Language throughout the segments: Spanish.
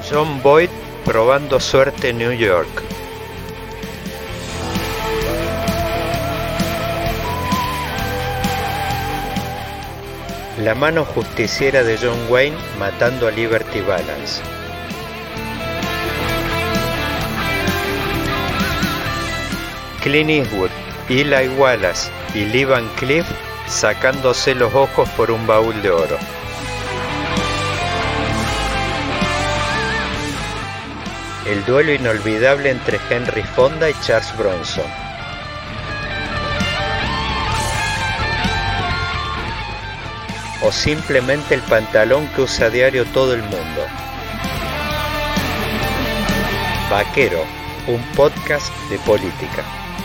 John Boyd probando suerte en New York. La mano justiciera de John Wayne matando a Liberty Balance. Clint Eastwood, Eli Wallace y Lee Van Cleef sacándose los ojos por un baúl de oro. El duelo inolvidable entre Henry Fonda y Charles Bronson. O simplemente el pantalón que usa a diario todo el mundo. Vaquero, un podcast de política.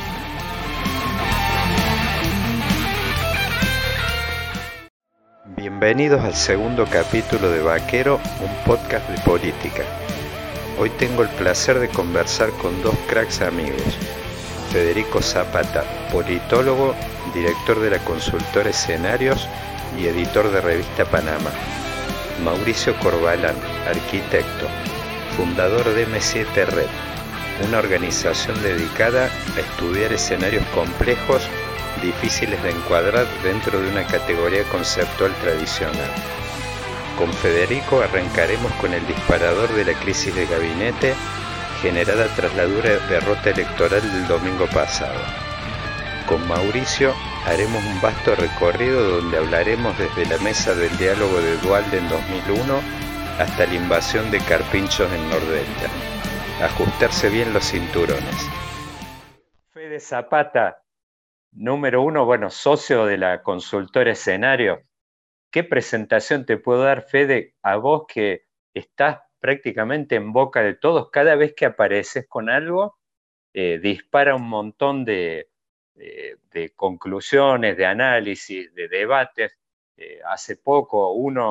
Bienvenidos al segundo capítulo de Vaquero, un podcast de política. Hoy tengo el placer de conversar con dos cracks amigos. Federico Zapata, politólogo, director de la consultora Escenarios y editor de Revista Panamá. Mauricio Corbalán, arquitecto, fundador de M7 Red, una organización dedicada a estudiar escenarios complejos, difíciles de encuadrar dentro de una categoría conceptual tradicional. Con Federico arrancaremos con el disparador de la crisis de gabinete generada tras la dura derrota electoral del domingo pasado. Con Mauricio haremos un vasto recorrido donde hablaremos desde la mesa del diálogo de Duhalde en 2001 hasta la invasión de carpinchos en Nordelta. Ajustarse bien los cinturones. Fede Zapata, número uno, socio de la consultora Escenario. ¿Qué presentación te puedo dar, Fede, a vos que estás prácticamente en boca de todos? Cada vez que apareces con algo, dispara un montón de conclusiones, de análisis, de debates. Hace poco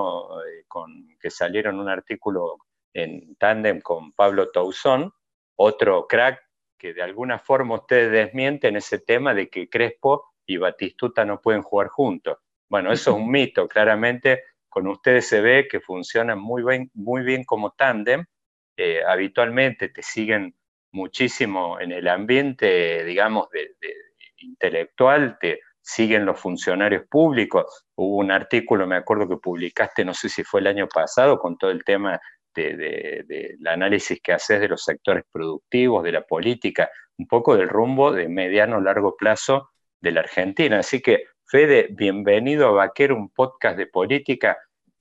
que salieron un artículo en tándem con Pablo Toussaint, otro crack que de alguna forma ustedes desmienten ese tema de que Crespo y Batistuta no pueden jugar juntos. Bueno, eso es un mito, claramente con ustedes se ve que funcionan muy bien como tándem. Habitualmente te siguen muchísimo en el ambiente, digamos, de intelectual, te siguen los funcionarios públicos. Hubo un artículo, me acuerdo que publicaste, no sé si fue el año pasado, con todo el tema del análisis que haces de los sectores productivos, de la política, un poco del rumbo de mediano largo plazo de la Argentina. Así que, Fede, bienvenido a Vaquero, un podcast de política.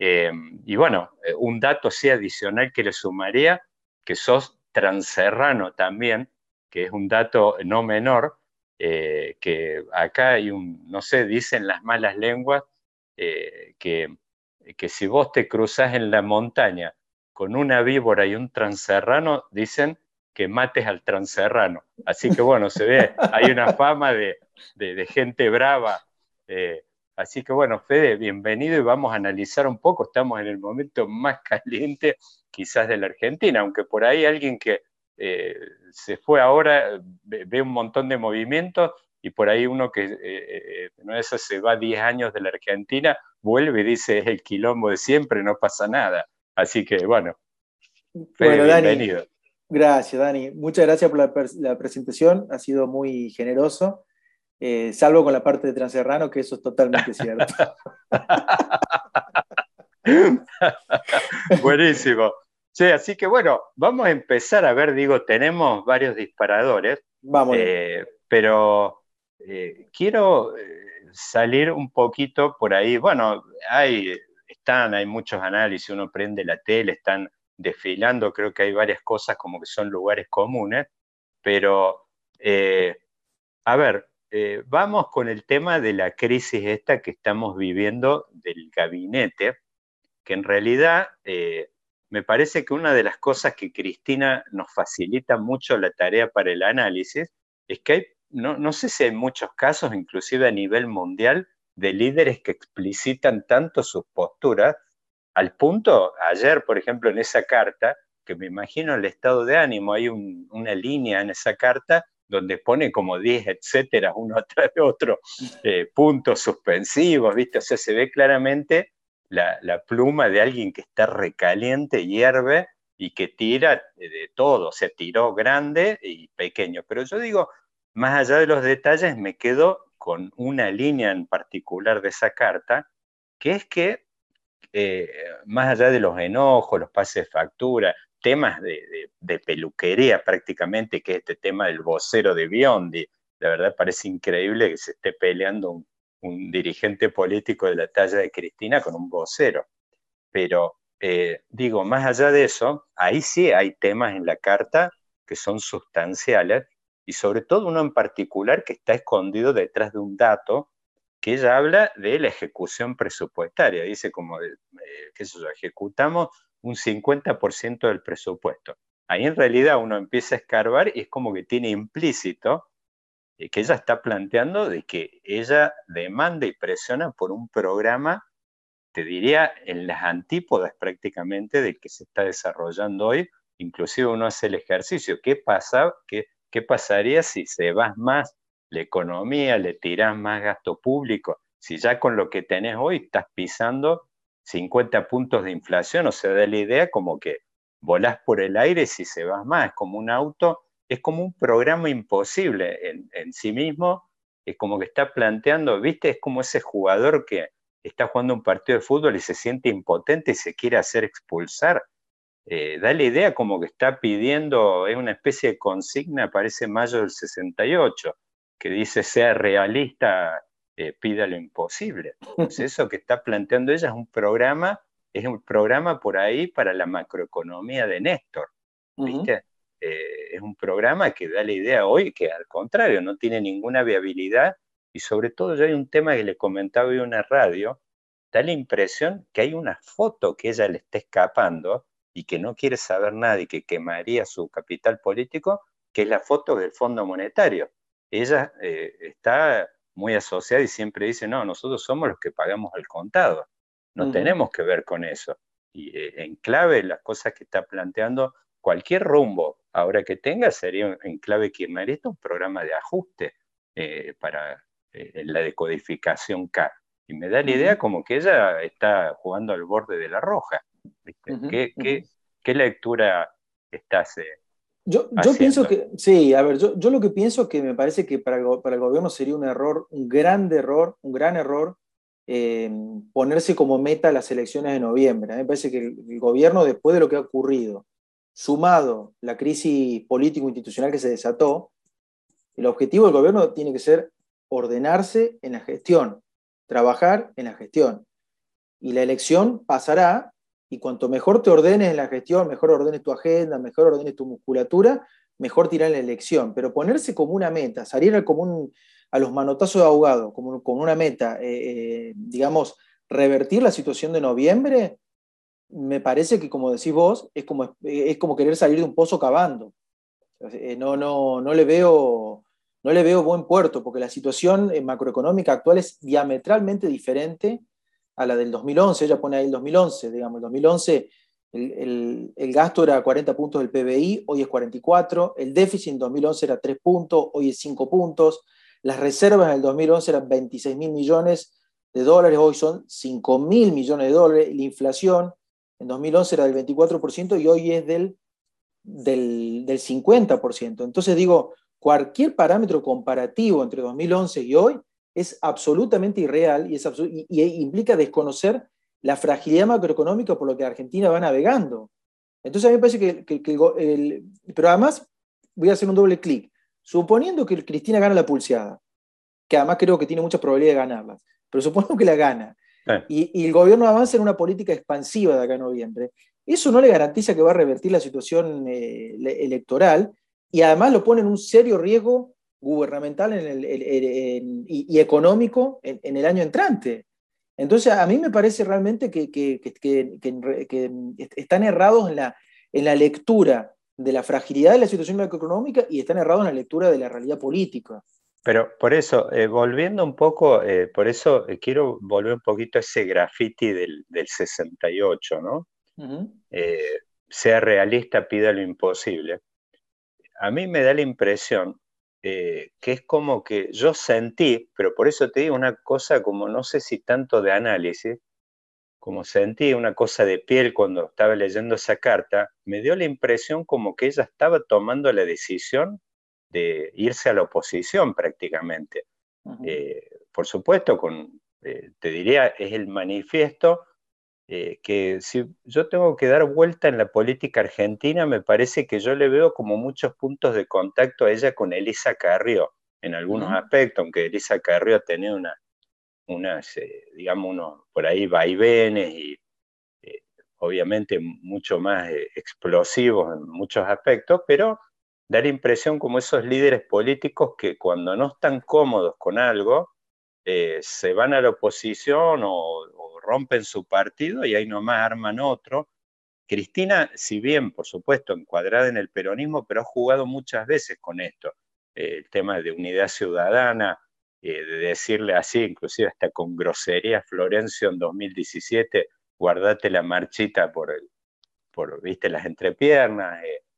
Un dato sí adicional que le sumaría, que sos transerrano también, que es un dato no menor, que acá hay no sé, dicen las malas lenguas, que si vos te cruzás en la montaña con una víbora y un transerrano, dicen que mates al transerrano. Así que se ve, hay una fama de gente brava. Así que Fede, bienvenido y vamos a analizar un poco. Estamos en el momento más caliente quizás de la Argentina, aunque por ahí alguien que se fue ahora ve un montón de movimientos y por ahí uno que no es se va 10 años de la Argentina, vuelve y dice es el quilombo de siempre, no pasa nada. Así que Fede, bienvenido. Dani, gracias, Dani. Muchas gracias por la presentación, ha sido muy generoso. Salvo con la parte de transerrano, que eso es totalmente cierto. Buenísimo. Sí, así que vamos a empezar a ver, tenemos varios disparadores, pero quiero salir un poquito por ahí. Hay muchos análisis, uno prende la tele, están desfilando, creo que hay varias cosas como que son lugares comunes, pero vamos con el tema de la crisis esta que estamos viviendo del gabinete, que en realidad me parece que una de las cosas que Cristina nos facilita mucho la tarea para el análisis es que hay, no sé si hay muchos casos, inclusive a nivel mundial, de líderes que explicitan tanto sus posturas, al punto, ayer, por ejemplo, en esa carta, que me imagino el estado de ánimo, hay una línea en esa carta donde pone como 10 etcétera, uno atrás de otro, puntos suspensivos, ¿viste? O sea, se ve claramente la pluma de alguien que está recaliente, hierve, y que tira de todo, o sea, tiró grande y pequeño. Pero yo digo, más allá de los detalles, me quedo con una línea en particular de esa carta, que es que más allá de los enojos, los pases de factura, temas de peluquería prácticamente, que es este tema del vocero de Biondi, la verdad parece increíble que se esté peleando un dirigente político de la talla de Cristina con un vocero. Pero digo, más allá de eso, ahí sí hay temas en la carta que son sustanciales y sobre todo uno en particular que está escondido detrás de un dato que ella habla de la ejecución presupuestaria. Dice como, qué sé yo, ejecutamos un 50% del presupuesto. Ahí en realidad uno empieza a escarbar y es como que tiene implícito que ella está planteando de que ella demanda y presiona por un programa, te diría, en las antípodas prácticamente del que se está desarrollando hoy. Inclusive uno hace el ejercicio. ¿Qué pasaría si se vas más la economía, le tirás más gasto público? Si ya con lo que tenés hoy estás pisando 50 puntos de inflación, o sea, da la idea como que volás por el aire si se vas más, es como un auto, es como un programa imposible en sí mismo, es como que está planteando, ¿viste? Es como ese jugador que está jugando un partido de fútbol y se siente impotente y se quiere hacer expulsar. Da la idea como que está pidiendo, es una especie de consigna, parece mayo del 68, que dice sea realista, pida lo imposible. Entonces eso que está planteando ella es un programa por ahí para la macroeconomía de Néstor, ¿viste? Es un programa que da la idea hoy que al contrario, no tiene ninguna viabilidad y sobre todo yo hay un tema que le comentaba hoy en una radio, da la impresión que hay una foto que ella le está escapando y que no quiere saber nada y que quemaría su capital político, que es la foto del Fondo Monetario. Ella está muy asociada y siempre dice, no, nosotros somos los que pagamos al contado, no tenemos que ver con eso. Y en clave las cosas que está planteando, cualquier rumbo ahora que tenga sería en clave kirchnerista un programa de ajuste para la decodificación K. Y me da la idea como que ella está jugando al borde de la roja. ¿Viste? ¿Qué lectura estás Yo pienso haciendo? que, sí, a ver, yo lo que pienso que me parece que para el gobierno sería un error, un gran error, ponerse como meta las elecciones de noviembre. A mí me parece que el gobierno, después de lo que ha ocurrido, sumado la crisis político-institucional que se desató, el objetivo del gobierno tiene que ser ordenarse en la gestión, trabajar en la gestión. Y la elección pasará, y cuanto mejor te ordenes en la gestión, mejor ordenes tu agenda, mejor ordenes tu musculatura, mejor tirar la elección. Pero ponerse como una meta, salir como a los manotazos de ahogado, como una meta, digamos, revertir la situación de noviembre, me parece que, como decís vos, es como querer salir de un pozo cavando. No le veo buen puerto, porque la situación macroeconómica actual es diametralmente diferente a la del 2011. Ella pone ahí el 2011, digamos, el 2011 el gasto era 40 puntos del PBI, hoy es 44, el déficit en 2011 era 3 puntos, hoy es 5 puntos, las reservas en el 2011 eran 26 mil millones de dólares, hoy son 5 mil millones de dólares, la inflación en 2011 era del 24% y hoy es del 50%. Entonces digo, cualquier parámetro comparativo entre 2011 y hoy es absolutamente irreal y implica desconocer la fragilidad macroeconómica por lo que Argentina va navegando. Entonces a mí me parece pero además voy a hacer un doble clic. Suponiendo que Cristina gana la pulseada, que además creo que tiene muchas probabilidades de ganarla, pero suponiendo que la gana, y el gobierno avanza en una política expansiva de acá a noviembre, eso no le garantiza que va a revertir la situación electoral y además lo pone en un serio riesgo gubernamental y económico en el año entrante. Entonces, a mí me parece realmente que están errados en la lectura de la fragilidad de la situación macroeconómica y están errados en la lectura de la realidad política. Pero por eso, volviendo un poco, por eso quiero volver un poquito a ese graffiti del 68, ¿no? Sea realista, pida lo imposible. A mí me da la impresión que es como que yo sentí, pero por eso te digo una cosa como no sé si tanto de análisis, como sentí una cosa de piel cuando estaba leyendo esa carta, me dio la impresión como que ella estaba tomando la decisión de irse a la oposición prácticamente. Por supuesto, te diría, es el manifiesto que si yo tengo que dar vuelta en la política argentina, me parece que yo le veo como muchos puntos de contacto a ella con Elisa Carrió, en algunos aspectos, aunque Elisa Carrió tenía digamos, unos por ahí vaivenes y obviamente mucho más explosivos en muchos aspectos, pero da la impresión como esos líderes políticos que cuando no están cómodos con algo, se van a la oposición o rompen su partido y ahí nomás arman otro. Cristina, si bien, por supuesto, encuadrada en el peronismo, pero ha jugado muchas veces con esto. El tema de unidad ciudadana, de decirle así, inclusive hasta con grosería, Florencio en 2017, guardate la marchita viste, las entrepiernas,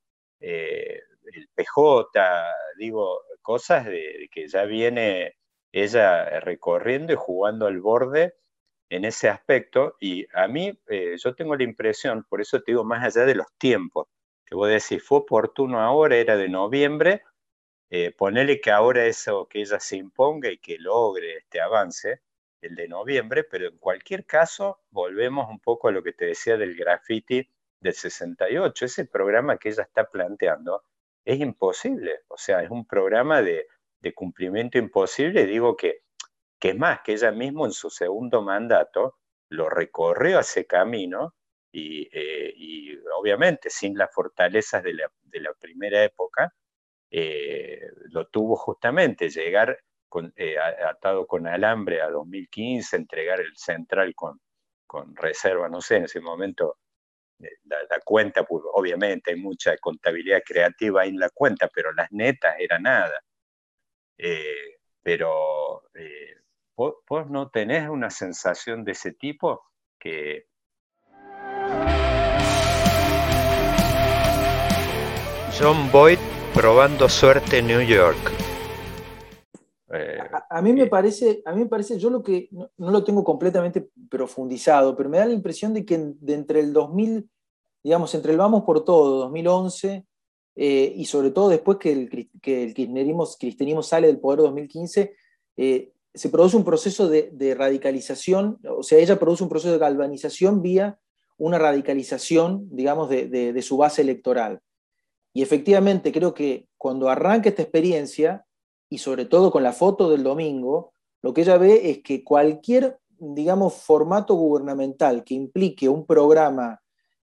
el PJ, digo, cosas de que ya viene ella recorriendo y jugando al borde en ese aspecto, y a mí yo tengo la impresión, por eso te digo, más allá de los tiempos, que vos decís, fue oportuno ahora, era de noviembre, ponele que ahora eso, que ella se imponga y que logre este avance, el de noviembre, pero en cualquier caso, volvemos un poco a lo que te decía del graffiti del 68, ese programa que ella está planteando es imposible, o sea, es un programa de cumplimiento imposible, digo que es más, que ella mismo en su segundo mandato lo recorrió ese camino y obviamente sin las fortalezas de la primera época, lo tuvo justamente, llegar atado con alambre a 2015, entregar el central con reserva, no sé, en ese momento la cuenta, pues, obviamente hay mucha contabilidad creativa ahí en la cuenta, pero las netas era nada. Pero vos no tenés una sensación de ese tipo que... John Boyd probando suerte en New York. A mí me parece, yo lo que no lo tengo completamente profundizado, pero me da la impresión de que entre el 2000, digamos, entre el Vamos por Todo, 2011, y sobre todo después que el kirchnerismo sale del poder 2015, se produce un proceso de radicalización, o sea, ella produce un proceso de galvanización vía una radicalización, digamos, de su base electoral. Y efectivamente creo que cuando arranca esta experiencia, y sobre todo con la foto del domingo, lo que ella ve es que cualquier, digamos, formato gubernamental que implique un programa,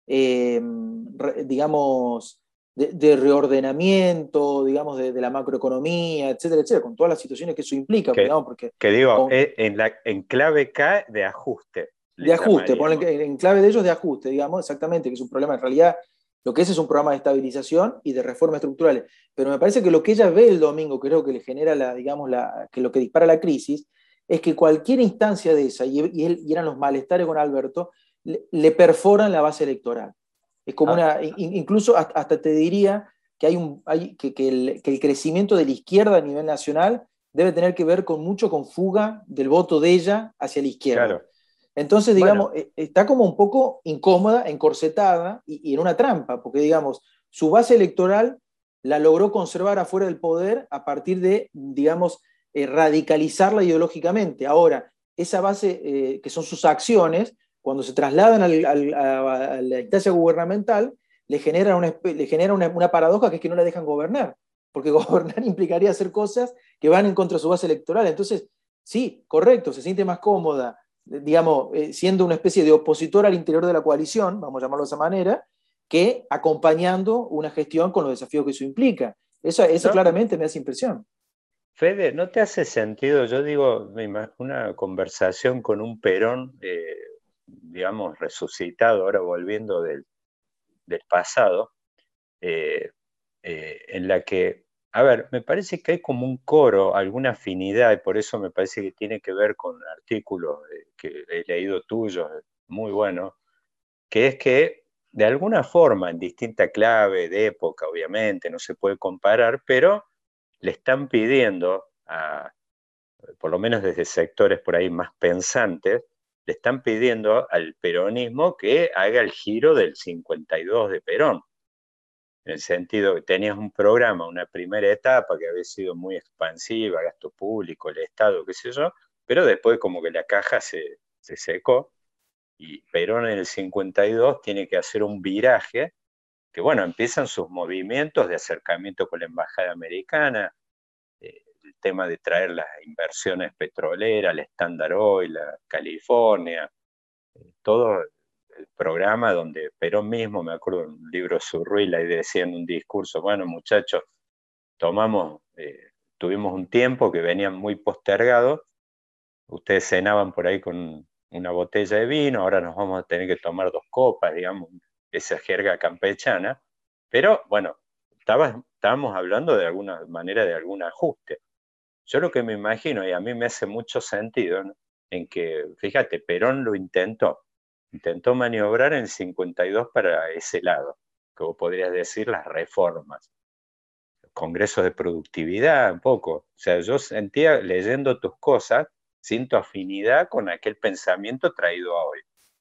digamos, de reordenamiento, digamos, de la macroeconomía, etcétera, etcétera, con todas las situaciones que eso implica, digamos, porque... Que digo, en clave K de ajuste. De ajuste, en clave de ellos de ajuste, digamos, exactamente, que es un problema en realidad. Lo que es un programa de estabilización y de reformas estructurales. Pero me parece que lo que ella ve el domingo, creo que le genera digamos, que lo que dispara la crisis, es que cualquier instancia de esa, y eran los malestares con Alberto, le perforan la base electoral. Es como incluso hasta te diría que el crecimiento de la izquierda a nivel nacional debe tener que ver mucho con fuga del voto de ella hacia la izquierda. Claro. Entonces, digamos, está como un poco incómoda, encorsetada y en una trampa, porque, digamos, su base electoral la logró conservar afuera del poder a partir de, digamos, radicalizarla ideológicamente. Ahora, esa base, que son sus acciones, cuando se trasladan a la instancia gubernamental, le genera una paradoja, que es que no la dejan gobernar, porque gobernar implicaría hacer cosas que van en contra de su base electoral. Entonces, sí, correcto, se siente más cómoda, digamos, siendo una especie de opositor al interior de la coalición, vamos a llamarlo de esa manera, que acompañando una gestión con los desafíos que eso implica. Eso ¿No? Claramente me hace impresión. Fede, ¿no te hace sentido? Yo digo, una conversación con un Perón, digamos, resucitado, ahora volviendo del pasado, en la que, a ver, me parece que hay como un coro, alguna afinidad, y por eso me parece que tiene que ver con artículos que he leído tuyos, muy buenos, que es que de alguna forma, en distinta clave de época, obviamente, no se puede comparar, pero le están pidiendo, por lo menos desde sectores por ahí más pensantes, le están pidiendo al peronismo que haga el giro del 52 de Perón, en el sentido que tenías un programa, una primera etapa que había sido muy expansiva, gasto público, el Estado, qué sé yo, pero después como que la caja se secó, y Perón en el 52 tiene que hacer un viraje, que bueno, empiezan sus movimientos de acercamiento con la embajada americana, el tema de traer las inversiones petroleras, la Standard Oil, la California, todo el programa donde Perón mismo, me acuerdo en un libro Zurruila, y decía en un discurso, bueno muchachos, tuvimos un tiempo que venían muy postergados, ustedes cenaban por ahí con una botella de vino, ahora nos vamos a tener que tomar 2 copas, digamos, esa jerga campechana, pero bueno, estábamos hablando de alguna manera de algún ajuste. Yo lo que me imagino, y a mí me hace mucho sentido, ¿no? En que, fíjate, Perón lo intentó maniobrar en 52 para ese lado, como podrías decir, las reformas, los congresos de productividad, un poco. O sea, yo sentía, leyendo tus cosas, siento afinidad con aquel pensamiento traído a hoy.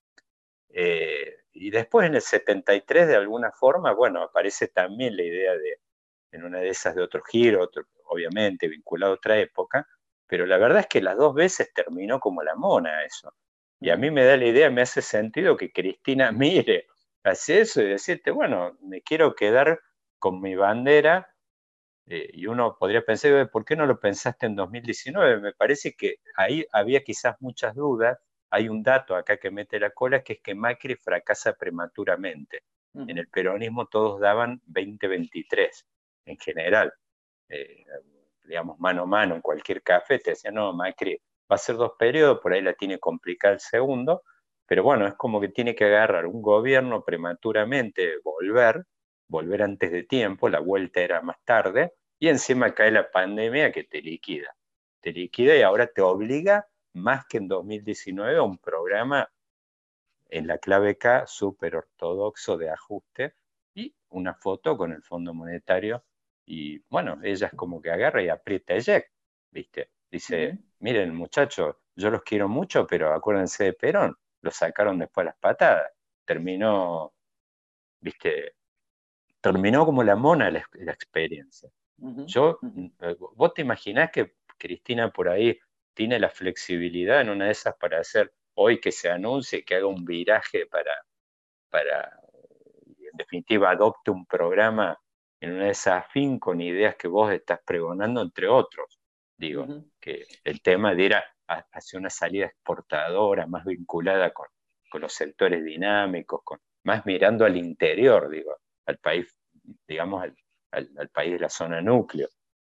Y después en el 73, de alguna forma, bueno, aparece también la idea de, en una de esas, de otro giro, obviamente vinculado a otra época, pero la verdad es que las 2 veces terminó como la mona eso. Y a mí me da la idea, me hace sentido que Cristina mire hacia eso y decirte, bueno, me quiero quedar con mi bandera, y uno podría pensar, ¿por qué no lo pensaste en 2019? Me parece que ahí había quizás muchas dudas. Hay un dato acá que mete la cola, que es que Macri fracasa prematuramente. En el peronismo todos daban 2023 en general. Eh, digamos, mano a mano en cualquier café, te decían, no, Macri va a ser 2 periodos, por ahí la tiene complicada el segundo, pero bueno, es como que tiene que agarrar un gobierno prematuramente, volver antes de tiempo, la vuelta era más tarde, y encima cae la pandemia que te liquida y ahora te obliga, más que en 2019, a un programa en la clave K súper ortodoxo de ajuste y una foto con el Fondo Monetario. Y bueno, ella es como que agarra y aprieta eject, ¿viste? Dice, miren muchachos, yo los quiero mucho, pero acuérdense de Perón, lo sacaron después a las patadas. Terminó, ¿viste? Terminó como la mona la experiencia. ¿Vos te imaginás que Cristina por ahí tiene la flexibilidad en una de esas para hacer, hoy que se anuncie, que haga un viraje para en definitiva, adopte un programa en una de esas afín con ideas que vos estás pregonando, entre otros? Digo, que el tema de ir hacia una salida exportadora, más vinculada con los sectores dinámicos, más mirando al interior, digo, al país, digamos, al país de la zona núcleo.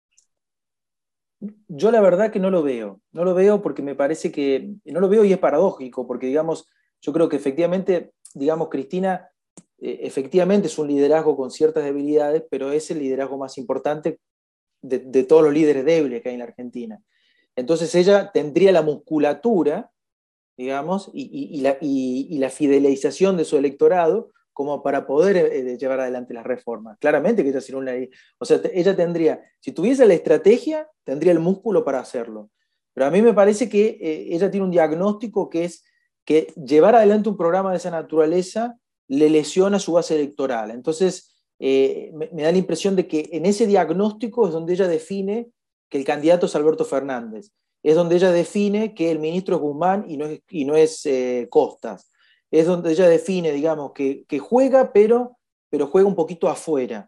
Yo la verdad que no lo veo porque me parece que, no lo veo y es paradójico, porque digamos, yo creo que efectivamente, digamos, Cristina efectivamente es un liderazgo con ciertas debilidades, pero es el liderazgo más importante de todos los líderes débiles que hay en la Argentina. Entonces ella tendría la musculatura, digamos, y la fidelización de su electorado como para poder llevar adelante las reformas. Claramente que ella sería una... O sea, ella tendría, si tuviese la estrategia, tendría el músculo para hacerlo. Pero a mí me parece que ella tiene un diagnóstico que es que llevar adelante un programa de esa naturaleza le lesiona su base electoral. Entonces, me da la impresión de que en ese diagnóstico es donde ella define que el candidato es Alberto Fernández. Es donde ella define que el ministro es Guzmán y no es Costas. Es donde ella define, digamos, que juega, pero juega un poquito afuera.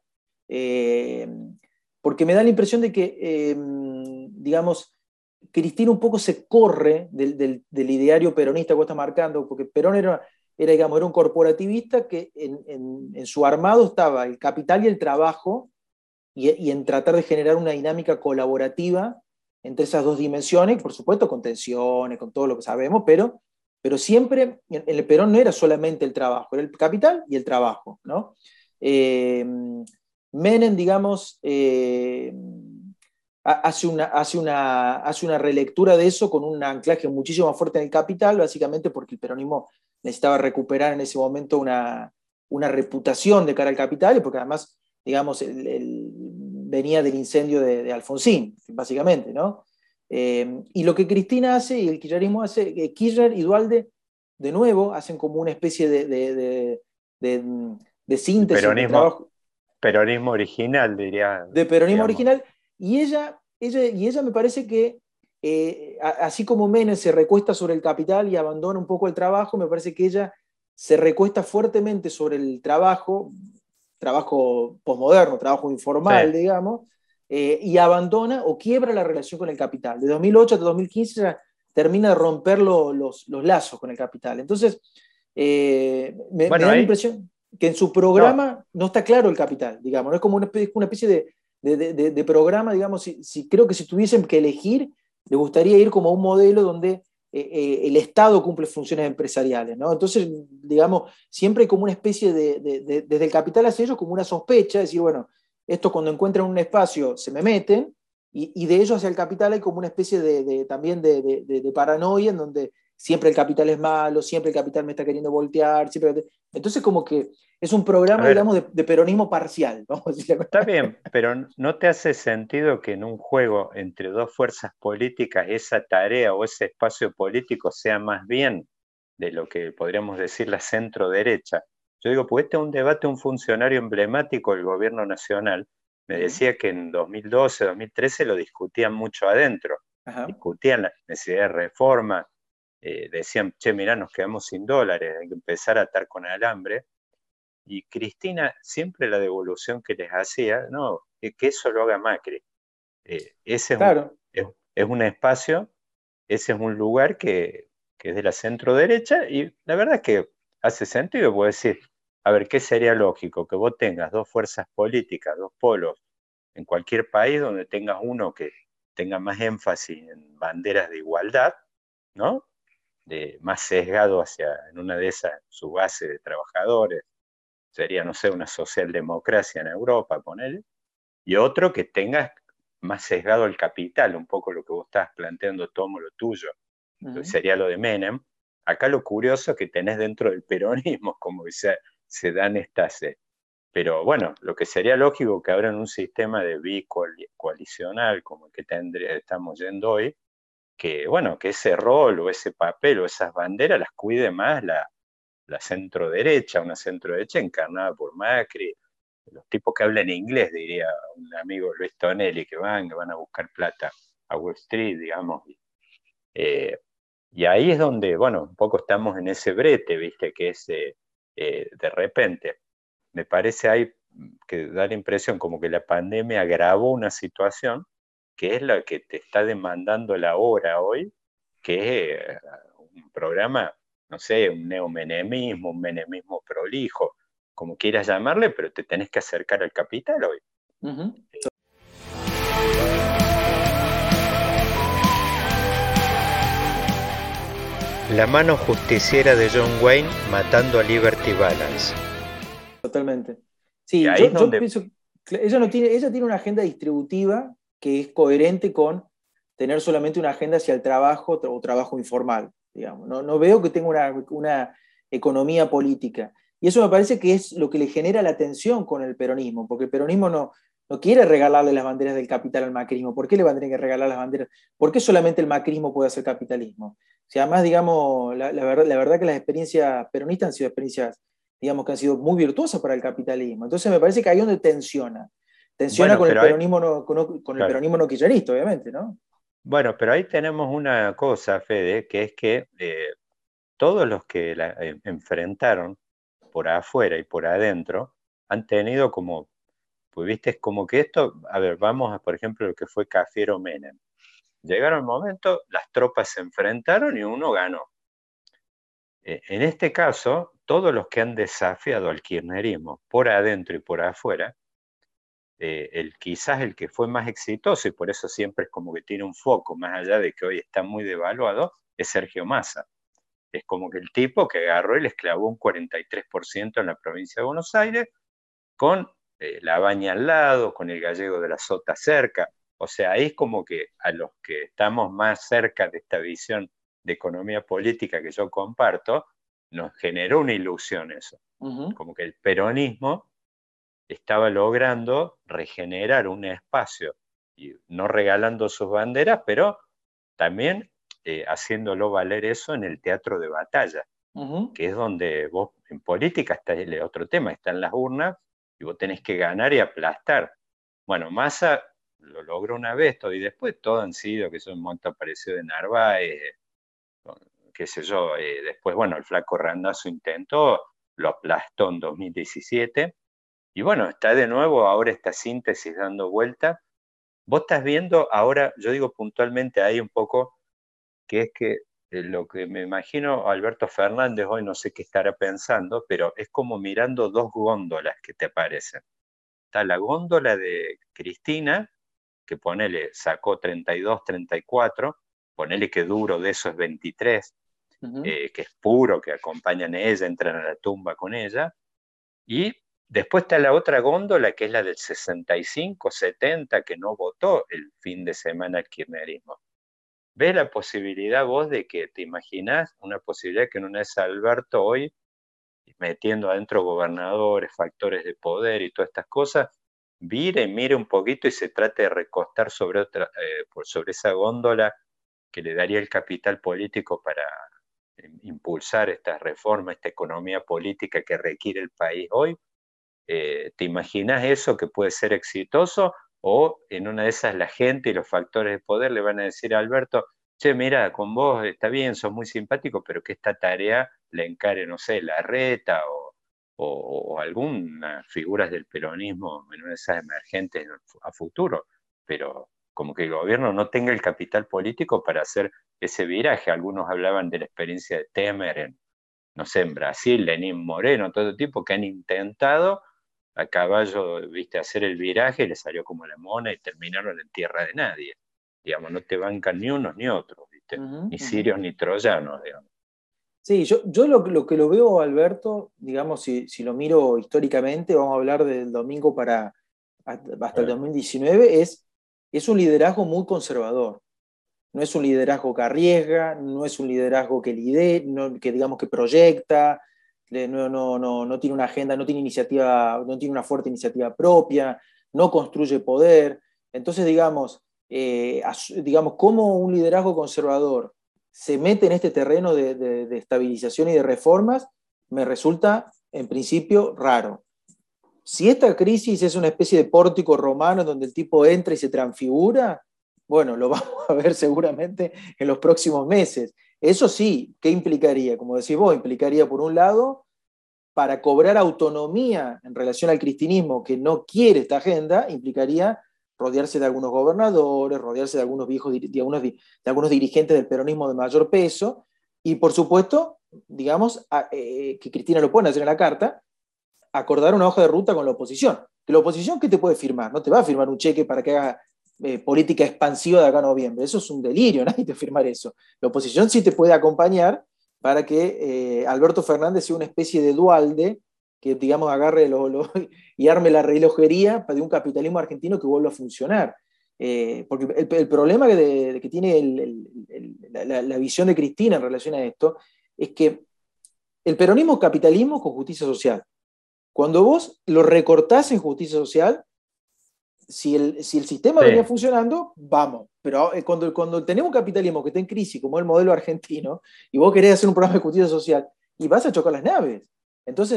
Porque me da la impresión de que, digamos, Cristina un poco se corre del ideario peronista que vos estás marcando, porque Perón digamos, era un corporativista que en su armado estaba el capital y el trabajo, y en tratar de generar una dinámica colaborativa entre esas dos dimensiones, por supuesto con tensiones, con todo lo que sabemos, pero siempre en el Perón no era solamente el trabajo, era el capital y el trabajo, ¿no? Menem, digamos, hace una relectura de eso con un anclaje muchísimo más fuerte en el capital, básicamente porque el peronismo necesitaba recuperar en ese momento una reputación de cara al capital, y porque además, digamos, venía del incendio de Alfonsín, básicamente, ¿no? Y lo que Cristina hace y el kirchnerismo hace, Kirchner y Duhalde de nuevo, hacen como una especie de El síntesis, de peronismo, trabajo, peronismo original, diría, de peronismo digamos. original, y ella me parece que, así como Menem se recuesta sobre el capital y abandona un poco el trabajo, me parece que ella se recuesta fuertemente sobre el trabajo posmoderno, trabajo Sí, informal, digamos, y abandona o quiebra la relación con el capital. De 2008 hasta 2015 ya termina de romper los lazos con el capital. Entonces, me bueno, da la ahí, impresión que en su no, programa no está claro el capital, digamos, no es como una especie de programa, digamos, creo que si tuviesen que elegir, le gustaría ir como a un modelo donde el Estado cumple funciones empresariales, ¿no? Entonces, digamos, siempre hay como una especie desde el capital hacia ellos, como una sospecha, decir, bueno, esto cuando encuentran un espacio se me meten, y de ellos hacia el capital hay como una especie también de paranoia en donde siempre el capital es malo, siempre el capital me está queriendo voltear, siempre... Entonces como que es un a programa, ver, digamos, de peronismo parcial, vamos a decirlo. está bien, pero ¿no te hace sentido que en un juego entre dos fuerzas políticas esa tarea o ese espacio político sea más bien de lo que podríamos decir la centro derecha? Yo digo, pues este es un debate, un funcionario emblemático del gobierno nacional me decía que en 2012, 2013 lo discutían mucho adentro, Ajá. discutían la necesidad de reforma, decían, che, mirá, nos quedamos sin dólares, hay que empezar a atar con alambre. Y Cristina, siempre la devolución que les hacía, no, que eso lo haga Macri. Ese Claro. es un espacio, ese es un lugar que es de la centro derecha y la verdad es que hace sentido, puedo decir, a ver, ¿qué sería lógico? Que vos tengas dos fuerzas políticas, dos polos, en cualquier país donde tengas uno que tenga más énfasis en banderas de igualdad, ¿no? Más sesgado hacia, en una de esas, su base de trabajadores, sería, no sé, una socialdemocracia en Europa, ponele, y otro que tenga más sesgado el capital, un poco lo que vos estás planteando, tomo lo tuyo, que Uh-huh. sería lo de Menem. Acá lo curioso es que tenés dentro del peronismo, como que se dan estas... pero bueno, lo que sería lógico que ahora en un sistema de bicoalicional como el que estamos yendo hoy, que bueno, que ese rol o ese papel o esas banderas las cuide más la centro derecha, una centro derecha encarnada por Macri, los tipos que hablan inglés, diría un amigo Luis Tonelli, que van a buscar plata a Wall Street, digamos. Eh, y ahí es donde, bueno, un poco estamos en ese brete, ¿viste? Que es de repente, me parece ahí que da la impresión como que la pandemia agravó una situación que es la que te está demandando la hora hoy, que es un programa, no sé, un neomenemismo, un menemismo prolijo, como quieras llamarle, pero te tenés que acercar al capital hoy. Uh-huh. La mano justiciera de John Wayne matando a Liberty Balance. Totalmente. Y Sí, ahí es yo donde, pienso que ella tiene una agenda distributiva que es coherente con tener solamente una agenda hacia el trabajo o trabajo informal, digamos. No veo que tenga una economía política. Y eso me parece que es lo que le genera la tensión con el peronismo, porque el peronismo no quiere regalarle las banderas del capital al macrismo. ¿Por qué le van a tener que regalar las banderas? ¿Por qué solamente el macrismo puede hacer capitalismo? O sea, además, digamos, la verdad que las experiencias peronistas han sido experiencias, digamos, que han sido muy virtuosas para el capitalismo. Entonces me parece que ahí es donde tensiona. Tensiona bueno, con el pero hay, peronismo con el claro, peronismo no kirchnerista, obviamente, ¿no? bueno, pero ahí tenemos una cosa, Fede, que es que todos los que la enfrentaron por afuera y por adentro han tenido como, pues viste, es como que esto, a ver, vamos a, por ejemplo, lo que fue Cafiero Menem. Llegaron momentos, las tropas se enfrentaron y uno ganó. En este caso, todos los que han desafiado al kirchnerismo por adentro y por afuera, quizás el que fue más exitoso y por eso siempre es como que tiene un foco, más allá de que hoy está muy devaluado, es Sergio Massa. Es como que el tipo que agarró y les clavó un 43% en la provincia de Buenos Aires, con la Baña al lado, con el Gallego de la Sota cerca. O sea, ahí es como que a los que estamos más cerca de esta visión de economía política que yo comparto, nos generó una ilusión eso. Uh-huh. Como que el peronismo estaba logrando regenerar un espacio, y no regalando sus banderas, pero también haciéndolo valer eso en el teatro de batalla. que es donde vos, en política está el otro tema, están las urnas, y vos tenés que ganar y aplastar. Bueno, Massa lo logró una vez, y después todo han sido, que son un montón apareció de Narváez, qué sé yo, después, bueno, el flaco Randazzo intentó, lo aplastó en 2017, y bueno, está de nuevo ahora esta síntesis dando vuelta. Vos estás viendo ahora, yo digo puntualmente ahí un poco, que es que lo que me imagino Alberto Fernández hoy, no sé qué estará pensando, pero es como mirando dos góndolas que te aparecen. Está la góndola de Cristina, que ponele, sacó 32, 34, ponele que duro de eso es 23, que es puro, que acompañan a ella, entran a la tumba con ella, y después está la otra góndola, que es la del 65, 70, que no votó el fin de semana el kirchnerismo. ¿Ves la posibilidad vos de que te imaginás una posibilidad que en una vez Alberto hoy, metiendo adentro gobernadores, factores de poder y todas estas cosas, mire un poquito y se trate de recostar sobre sobre esa góndola que le daría el capital político para impulsar esta reforma, esta economía política que requiere el país hoy? ¿Te imaginas eso que puede ser exitoso? O en una de esas la gente y los factores de poder le van a decir a Alberto, che, mira, con vos está bien, sos muy simpático, pero que esta tarea la encare, no sé, Larreta o algunas figuras del peronismo en una de esas emergentes a futuro, pero como que el gobierno no tenga el capital político para hacer ese viraje. Algunos hablaban de la experiencia de Temer en, no sé, en Brasil, Lenín Moreno, todo tipo que han intentado a caballo, viste, hacer el viraje, le salió como la mona y terminaron en tierra de nadie. Digamos, no te bancan ni unos ni otros, viste, Ujú, ni ujú. sirios ni troyanos, digamos. Sí, yo lo que lo veo, Alberto, digamos, si lo miro históricamente, vamos a hablar del domingo hasta el Eh, 2019, es un liderazgo muy conservador. No es un liderazgo que arriesga, no es un liderazgo que que digamos que proyecta, no tiene una agenda, no tiene iniciativa, no tiene una fuerte iniciativa propia, no construye poder. Entonces, digamos, cómo un liderazgo conservador se mete en este terreno de estabilización y de reformas, me resulta en principio raro. Si esta crisis es una especie de pórtico romano donde el tipo entra y se transfigura, bueno, lo vamos a ver seguramente en los próximos meses. Eso sí, ¿qué implicaría? Como decís vos, implicaría por un lado, para cobrar autonomía en relación al cristianismo que no quiere esta agenda, implicaría rodearse de algunos gobernadores, rodearse de algunos viejos, de algunos dirigentes del peronismo de mayor peso, y por supuesto, digamos, que Cristina lo pueden hacer en la carta, acordar una hoja de ruta con la oposición. Que la oposición, ¿qué te puede firmar? No te va a firmar un cheque para que haga política expansiva de acá a noviembre. Eso es un delirio, nadie te va a firmar eso. La oposición sí te puede acompañar para que Alberto Fernández sea una especie de dualde que, digamos, agarre y arme la relojería de un capitalismo argentino que vuelva a funcionar. Porque el problema que tiene la visión de Cristina en relación a esto es que el peronismo es capitalismo con justicia social. Cuando vos lo recortás en justicia social, si el sistema sí, venía funcionando, vamos. Pero cuando tenemos un capitalismo que está en crisis, como el modelo argentino, y vos querés hacer un programa de justicia social, y vas a chocar las naves. Entonces,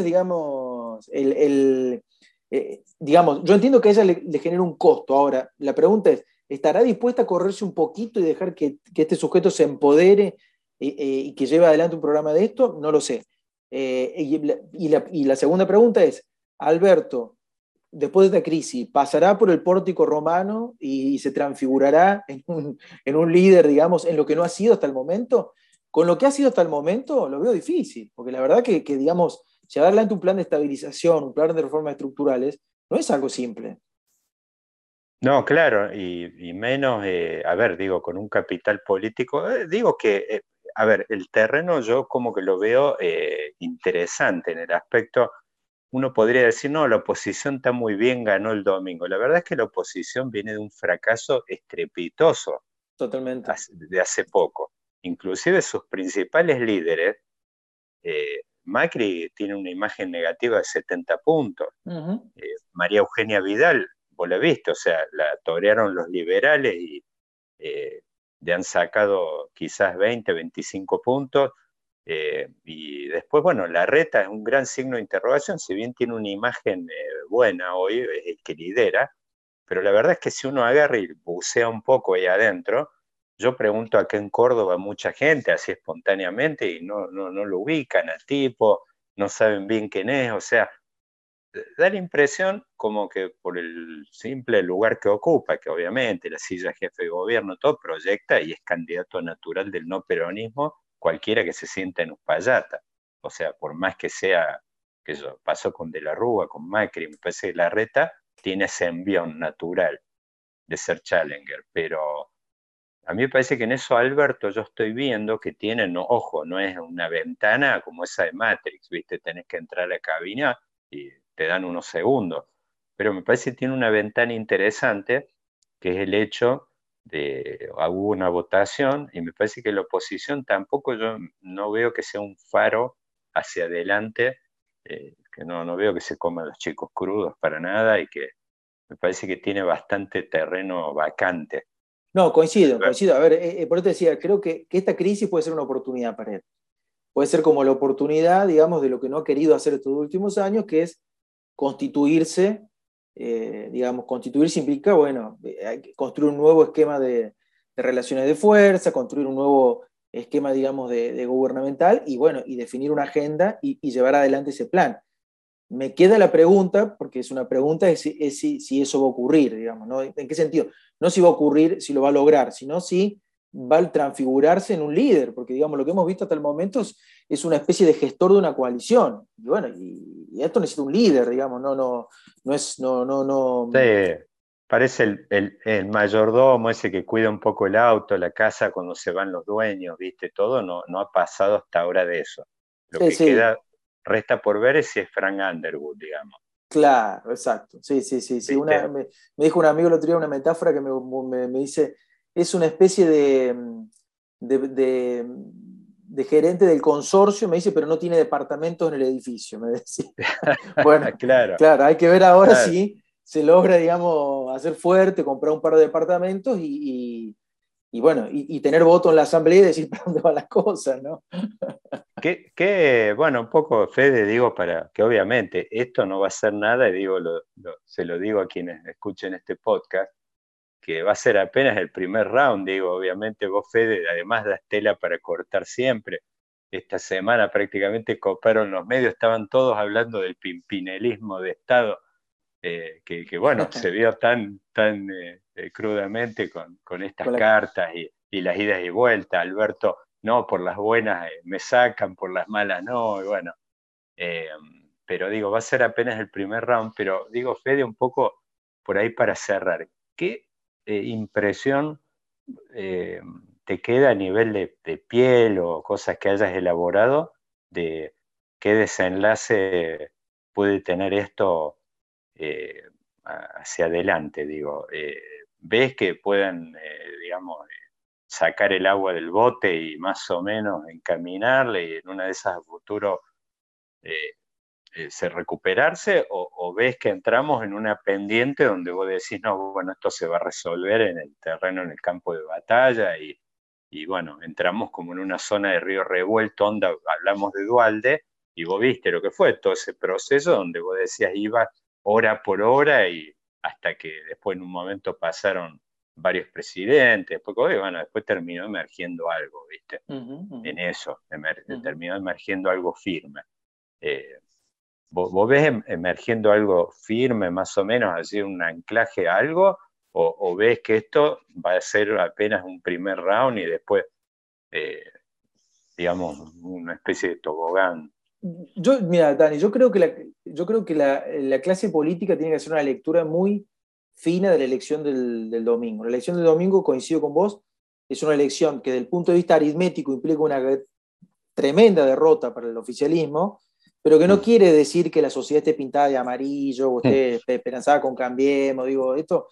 digamos, yo entiendo que a ella le genera un costo. Ahora, la pregunta es, ¿estará dispuesta a correrse un poquito y dejar que este sujeto se empodere y que lleve adelante un programa de esto? No lo sé. Y la segunda pregunta es, Alberto, después de esta crisis, ¿pasará por el pórtico romano y se transfigurará en un líder, digamos, en lo que no ha sido hasta el momento? Con lo que ha sido hasta el momento, lo veo difícil, porque la verdad digamos, llevar adelante un plan de estabilización, un plan de reformas estructurales, no es algo simple. no, claro, y menos, a ver, digo, con un capital político, digo que, a ver, el terreno yo como que lo veo interesante en el aspecto. Uno podría decir, no, la oposición está muy bien, ganó el domingo. La verdad es que la oposición viene de un fracaso estrepitoso Totalmente. de hace poco. Inclusive sus principales líderes, Macri tiene una imagen negativa de 70 puntos. Uh -huh. María Eugenia Vidal, vos la viste, o sea, la torearon los liberales y le han sacado quizás 20, 25 puntos. Y después, bueno, Larreta es un gran signo de interrogación, si bien tiene una imagen buena hoy, es el que lidera, pero la verdad es que si uno agarra y bucea un poco ahí adentro, yo pregunto acá en Córdoba mucha gente, así espontáneamente, y no lo ubican al tipo, no saben bien quién es, o sea, da la impresión como que por el simple lugar que ocupa, que obviamente la silla jefe de gobierno, todo proyecta y es candidato natural del no peronismo, cualquiera que se sienta en Uspallata. O sea, por más que sea, que eso pasó con De la Rúa, con Macri, me parece que Larreta tiene ese envión natural de ser challenger, pero a mí me parece que en eso, Alberto, yo estoy viendo que tiene, no, ojo, no es una ventana como esa de Matrix, ¿viste? Tenés que entrar a la cabina y te dan unos segundos. Pero me parece que tiene una ventana interesante, que es el hecho de, hubo una votación, y me parece que la oposición tampoco, yo no veo que sea un faro hacia adelante, que no veo que se coman los chicos crudos para nada, y que me parece que tiene bastante terreno vacante. No, coincido. A ver, por eso te decía, creo que esta crisis puede ser una oportunidad para él. Puede ser como la oportunidad, digamos, de lo que no ha querido hacer estos últimos años, que es constituirse. Digamos, constituirse implica, bueno, hay que construir un nuevo esquema de relaciones de fuerza, construir un nuevo esquema, digamos, de gubernamental y, bueno, y definir una agenda y llevar adelante ese plan. Me queda la pregunta, porque es una pregunta, es si eso va a ocurrir, digamos, ¿no? ¿En qué sentido? No si va a ocurrir, si lo va a lograr, sino si va a transfigurarse en un líder, porque digamos, lo que hemos visto hasta el momento es una especie de gestor de una coalición. Y bueno, y esto necesita un líder, digamos, no es, no. Sí, parece el mayordomo ese que cuida un poco el auto, la casa cuando se van los dueños, ¿viste? Todo no ha pasado hasta ahora de eso. Lo Sí, que sí, queda, resta por ver es si es Frank Underwood, digamos, claro, exacto. Sí. ¿viste? Me dijo un amigo el otro día una metáfora que me dice, es una especie de, de- de gerente del consorcio, me dice, pero no tiene departamentos en el edificio, me decía. Bueno, Claro, claro, hay que ver ahora claro. si se logra, digamos, hacer fuerte, comprar un par de departamentos y bueno, y tener voto en la asamblea y decir para dónde van las cosas, ¿no? Bueno, un poco, Fede, digo, para que obviamente esto no va a ser nada, y digo, se lo digo a quienes escuchen este podcast, que va a ser apenas el primer round, digo, obviamente vos, Fede, además das tela para cortar siempre. Esta semana prácticamente coparon los medios, estaban todos hablando del pimpinelismo de Estado, bueno, se vio tan crudamente con estas Con la, cartas y las idas y vueltas. Alberto, no, por las buenas me sacan, por las malas no, y bueno. eh, pero digo, va a ser apenas el primer round, pero digo, Fede, un poco por ahí para cerrar. ¿Qué impresión eh, te queda a nivel de piel o cosas que hayas elaborado de qué desenlace puede tener esto eh, hacia adelante? Digo, ¿ves que puedan, digamos, sacar el agua del bote y más o menos encaminarle y en una de esas a futuro eh, se recuperarse, o ves que entramos en una pendiente donde vos decís, no, bueno, esto se va a resolver en el terreno, en el campo de batalla, y bueno, entramos como en una zona de río revuelto, onda, hablamos de Dualde, y vos viste lo que fue todo ese proceso donde vos decías, iba hora por hora, y hasta que después en un momento pasaron varios presidentes, porque bueno, después terminó emergiendo algo, ¿viste? En eso, terminó emergiendo algo firme. Eh, ¿Vos ves emergiendo algo firme, más o menos, así un anclaje a algo? ¿O ves que esto va a ser apenas un primer round y después, eh, digamos, una especie de tobogán? Mira, Dani, yo creo que la clase política tiene que hacer una lectura muy fina de la elección del domingo. La elección del domingo, coincido con vos, es una elección que desde el punto de vista aritmético implica una tremenda derrota para el oficialismo, pero que no Mm. quiere decir que la sociedad esté pintada de amarillo o Mm. esté esperanzada con Cambiemos. Digo,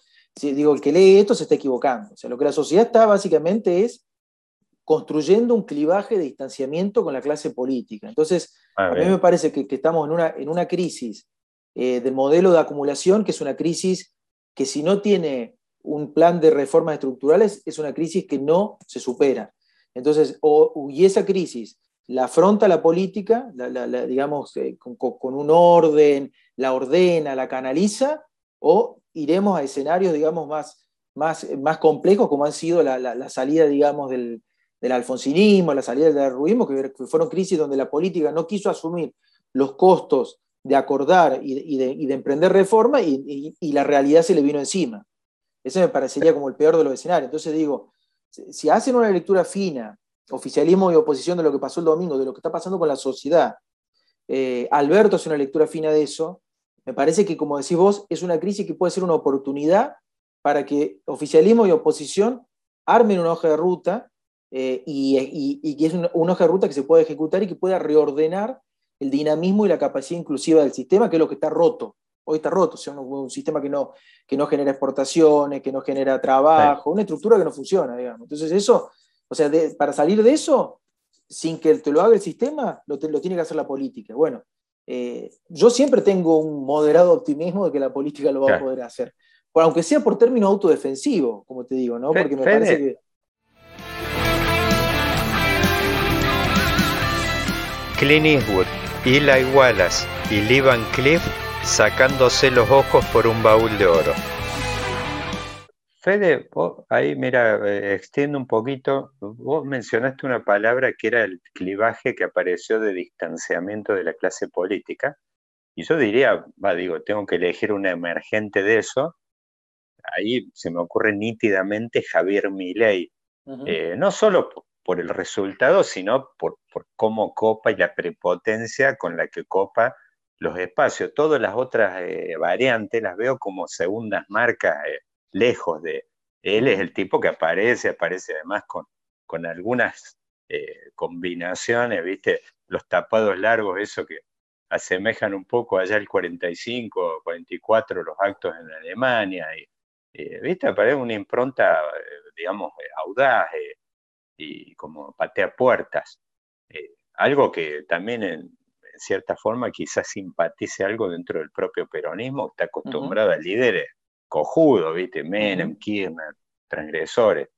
el que lee esto se está equivocando. O sea, lo que la sociedad está básicamente es construyendo un clivaje de distanciamiento con la clase política. Entonces, A a mí me ver, parece que estamos en una crisis del modelo de acumulación, que es una crisis que si no tiene un plan de reformas estructurales, es una crisis que no se supera. Entonces, y esa crisis la afronta la política, digamos, con un orden, la ordena, la canaliza, o iremos a escenarios, digamos, más complejos, como han sido la salida, digamos, del alfonsinismo, la salida del derruismo, que fueron crisis donde la política no quiso asumir los costos de acordar y de emprender reforma, y la realidad se le vino encima. Ese me parecería como el peor de los escenarios. Entonces digo, si hacen una lectura fina, oficialismo y oposición, de lo que pasó el domingo, de lo que está pasando con la sociedad, Alberto hace una lectura fina de eso, me parece que, como decís vos, es una crisis que puede ser una oportunidad para que oficialismo y oposición armen una hoja de ruta, y que es una hoja de ruta que se puede ejecutar y que pueda reordenar el dinamismo y la capacidad inclusiva del sistema, que es lo que está roto. Hoy está roto, o sea, un sistema que no genera exportaciones, que no genera trabajo, una estructura que no funciona, digamos. Entonces eso, o sea, para salir de eso, sin que te lo haga el sistema, lo tiene que hacer la política. Bueno, yo siempre tengo un moderado optimismo de que la política lo va a poder hacer, aunque sea por término autodefensivo, como te digo, ¿no? Porque me parece que... Clint Eastwood, Eli Wallace y Lee Van Cleef sacándose los ojos por un baúl de oro. Fede, vos ahí, mira, extiendo un poquito. Vos mencionaste una palabra que era el clivaje que apareció de distanciamiento de la clase política. Y yo diría, tengo que elegir una emergente de eso. Ahí se me ocurre nítidamente Javier Milei. No solo por el resultado, sino por cómo copa y la prepotencia con la que copa los espacios. Todas las otras variantes las veo como segundas marcas lejos de... Él es el tipo que aparece además con algunas combinaciones, ¿viste? Los tapados largos, eso que asemejan un poco allá el 45, 44, los actos en Alemania, ¿viste? Aparece una impronta, digamos, audaz, y como patea puertas. Algo que también en cierta forma quizás simpatice algo dentro del propio peronismo, que está acostumbrado a líderes cojudos, ¿viste? Menem, Kirchner, transgresores.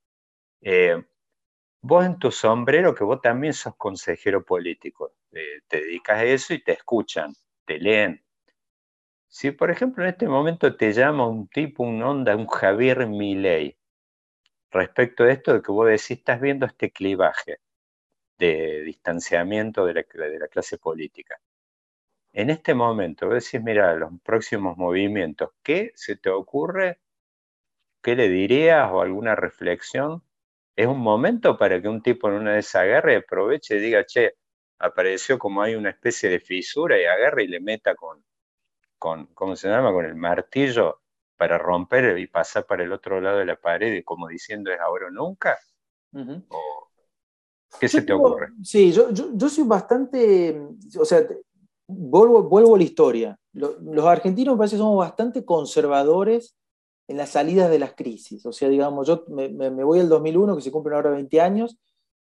Vos en tu sombrero, que vos también sos consejero político, te dedicas a eso y te escuchan, te leen. Si, por ejemplo, en este momento te llama un tipo, un Javier Milei, respecto a esto de que vos decís, estás viendo este clivaje de distanciamiento de la clase política. En este momento, vos decís, mira, los próximos movimientos, ¿qué se te ocurre? ¿Qué le dirías o alguna reflexión? ¿Es un momento para que un tipo en una de esas agarre, aproveche y diga, che, apareció como hay una especie de fisura y agarre y le meta con ¿cómo se llama? Con el martillo para romper y pasar para el otro lado de la pared, y como diciendo es ahora o nunca? ¿O qué se te ocurre? Sí, yo soy bastante, o sea, vuelvo a la historia. Los argentinos me parece que somos bastante conservadores en las salidas de las crisis. O sea, digamos, yo me voy al 2001, que se cumplen ahora 20 años.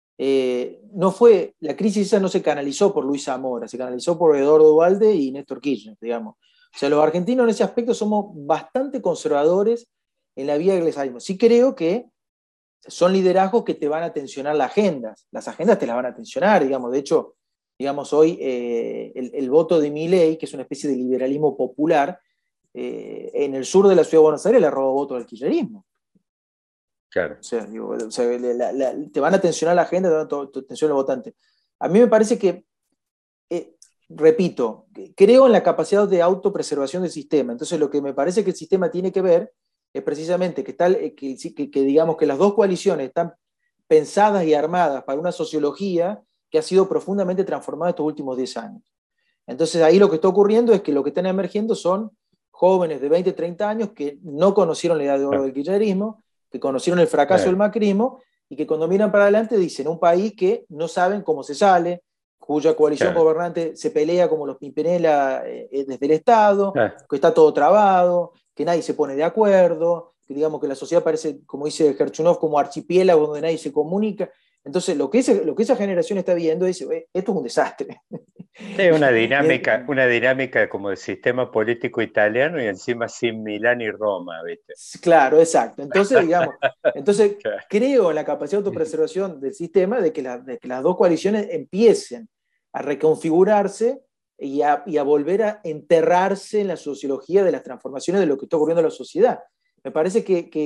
La crisis esa no se canalizó por Luis Zamora, se canalizó por Eduardo Duhalde y Néstor Kirchner, digamos. O sea, los argentinos en ese aspecto somos bastante conservadores en la vía que les salimos. Sí creo que son liderazgos que te van a tensionar las agendas te las van a tensionar, digamos. De hecho, digamos, hoy el voto de Milei, que es una especie de liberalismo popular, en el sur de la ciudad de Buenos Aires le roba votos al kirchnerismo. Claro. O sea, te van a tensionar la agenda, te van a tensionar los votantes. A mí me parece que, repito, creo en la capacidad de autopreservación del sistema. Entonces, lo que me parece que el sistema tiene que ver es precisamente que digamos que las dos coaliciones están pensadas y armadas para una sociología que ha sido profundamente transformada estos últimos 10 años. Entonces, ahí lo que está ocurriendo es que lo que están emergiendo son jóvenes de 20, 30 años que no conocieron la edad de oro del kirchnerismo, que conocieron el fracaso del macrismo, y que cuando miran para adelante dicen un país que no saben cómo se sale, cuya coalición gobernante se pelea como los Pimpinela desde el Estado, que está todo trabado, que nadie se pone de acuerdo, que digamos que la sociedad parece, como dice Gerchunov, como archipiélago donde nadie se comunica. Entonces, lo que esa generación está viendo es, esto es un desastre. Sí, una dinámica como el sistema político italiano y encima sin Milán y Roma, ¿viste? Claro, exacto. Entonces, digamos, Claro. creo en la capacidad de autopreservación del sistema de que las dos coaliciones empiecen a reconfigurarse y a volver a enterrarse en la sociología de las transformaciones de lo que está ocurriendo en la sociedad. Me parece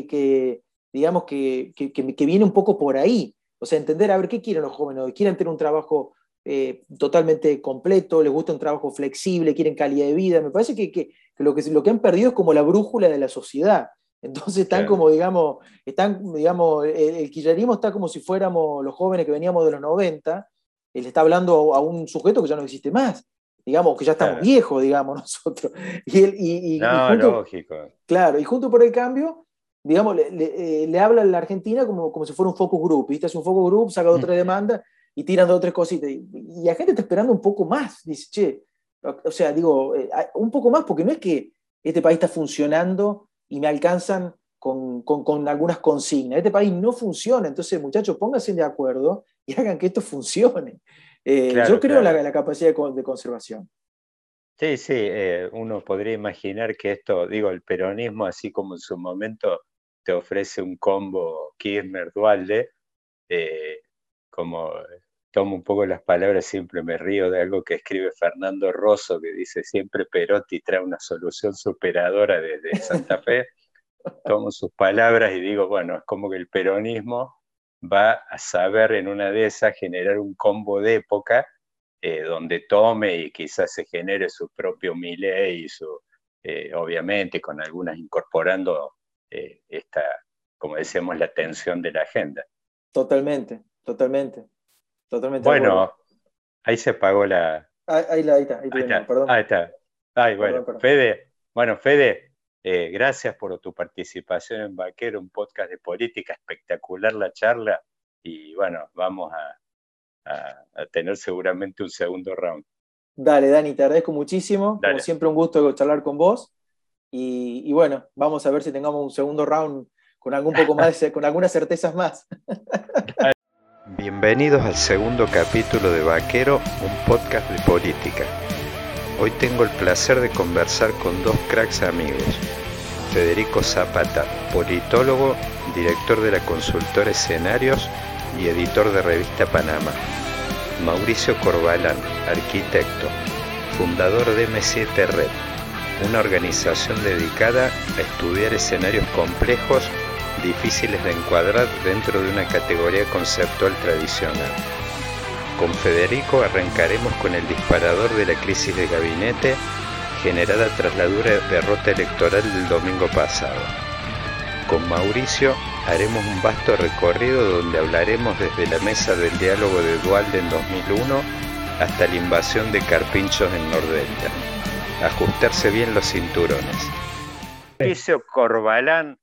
digamos, que viene un poco por ahí. O sea, entender, a ver, ¿qué quieren los jóvenes? ¿Quieren tener un trabajo totalmente completo? ¿Les gusta un trabajo flexible? ¿Quieren calidad de vida? Me parece que lo que han perdido es como la brújula de la sociedad. Entonces están Claro. como, digamos, el kirchnerismo está como si fuéramos los jóvenes que veníamos de los 90, él está hablando a un sujeto que ya no existe más, digamos, que ya estamos Claro. viejos, digamos, nosotros. Y No, junto, lógico. claro, y junto por el cambio, digamos, le habla a la Argentina como si fuera un focus group, ¿viste? Es un focus group, saca dos o tres demandas y tiran dos o tres cositas. Y la gente está esperando un poco más, dice, che, o sea, digo, un poco más, porque no es que este país está funcionando y me alcanzan con algunas consignas. Este país no funciona, entonces muchachos, pónganse de acuerdo y hagan que esto funcione. Yo Claro, creo en claro. la capacidad de conservación. Sí, sí, uno podría imaginar que esto, digo, el peronismo, así como en su momento te ofrece un combo Kirchner-Duhalde, eh, como tomo un poco las palabras, siempre me río de algo que escribe Fernando Rosso, que dice siempre Perotti trae una solución superadora desde Santa Fe. Tomo sus palabras y digo, bueno, es como que el peronismo va a saber en una de esas generar un combo de época donde tome y quizás se genere su propio Milei y obviamente con algunas incorporando esta, como decíamos, la tensión de la agenda. Totalmente, totalmente, totalmente de acuerdo. Bueno, ahí se apagó Ahí te ahí venimos, está, perdón, ahí está. Ay, bueno, perdón, perdón. Fede, gracias por tu participación en Vaquero, un podcast de política, espectacular la charla y bueno, vamos a tener seguramente un segundo round. Dale, Dani, te agradezco muchísimo. Como Dale. siempre, un gusto charlar con vos. Y bueno, vamos a ver si tengamos un segundo round con algún poco más, con algunas certezas más. Bienvenidos al segundo capítulo de Vaquero, un podcast de política. Hoy tengo el placer de conversar con dos cracks amigos. Federico Zapata, politólogo, director de la consultora Escenarios y editor de Revista Panamá. Mauricio Corbalán, arquitecto, fundador de M7 Red, una organización dedicada a estudiar escenarios complejos, difíciles de encuadrar dentro de una categoría conceptual tradicional. Con Federico arrancaremos con el disparador de la crisis de gabinete generada tras la dura derrota electoral del domingo pasado. Con Mauricio haremos un vasto recorrido donde hablaremos desde la mesa del diálogo de Duhalde en 2001 hasta la invasión de carpinchos en Nordelta. Ajustarse bien los cinturones. Mauricio Corbalán,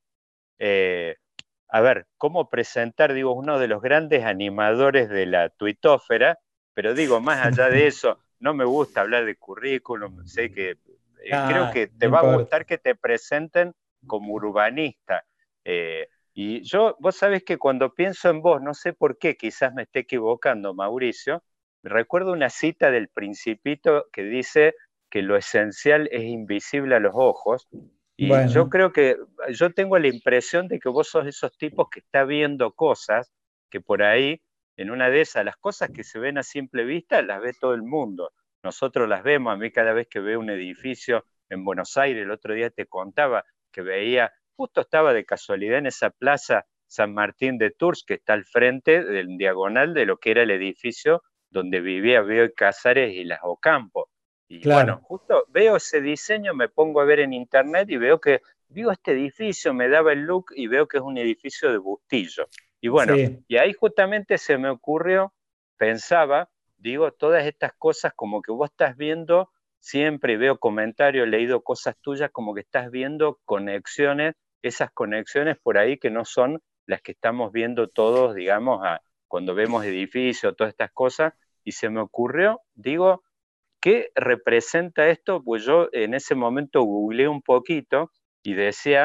a ver, ¿cómo presentar? Digo, uno de los grandes animadores de la tuitósfera, pero digo, más allá de eso, no me gusta hablar de currículum, sé que creo que te No va a importa. gustar que te presenten como urbanista. Y vos sabés que cuando pienso en vos, no sé por qué, quizás me esté equivocando, Mauricio, recuerdo una cita del Principito que dice que lo esencial es invisible a los ojos, y yo Bueno, creo que yo tengo la impresión de que vos sos esos tipos que está viendo cosas que por ahí, en una de esas, las cosas que se ven a simple vista, las ve todo el mundo. Nosotros las vemos, a mí cada vez que veo un edificio en Buenos Aires, el otro día te contaba que veía, justo estaba de casualidad en esa plaza San Martín de Tours, que está al frente del diagonal de lo que era el edificio donde vivía Bioy Casares y las Ocampo. Y bueno, claro, justo veo ese diseño, me pongo a ver en internet y veo que, digo, este edificio me daba el look y veo que es un edificio de Bustillo. Y bueno, sí, y ahí justamente se me ocurrió, pensaba, digo, todas estas cosas como que vos estás viendo siempre, y veo comentarios, he leído cosas tuyas, como que estás viendo conexiones, esas conexiones por ahí que no son las que estamos viendo todos, digamos, cuando vemos edificios, todas estas cosas, y se me ocurrió, digo, ¿qué representa esto? Pues yo en ese momento googleé un poquito y decía,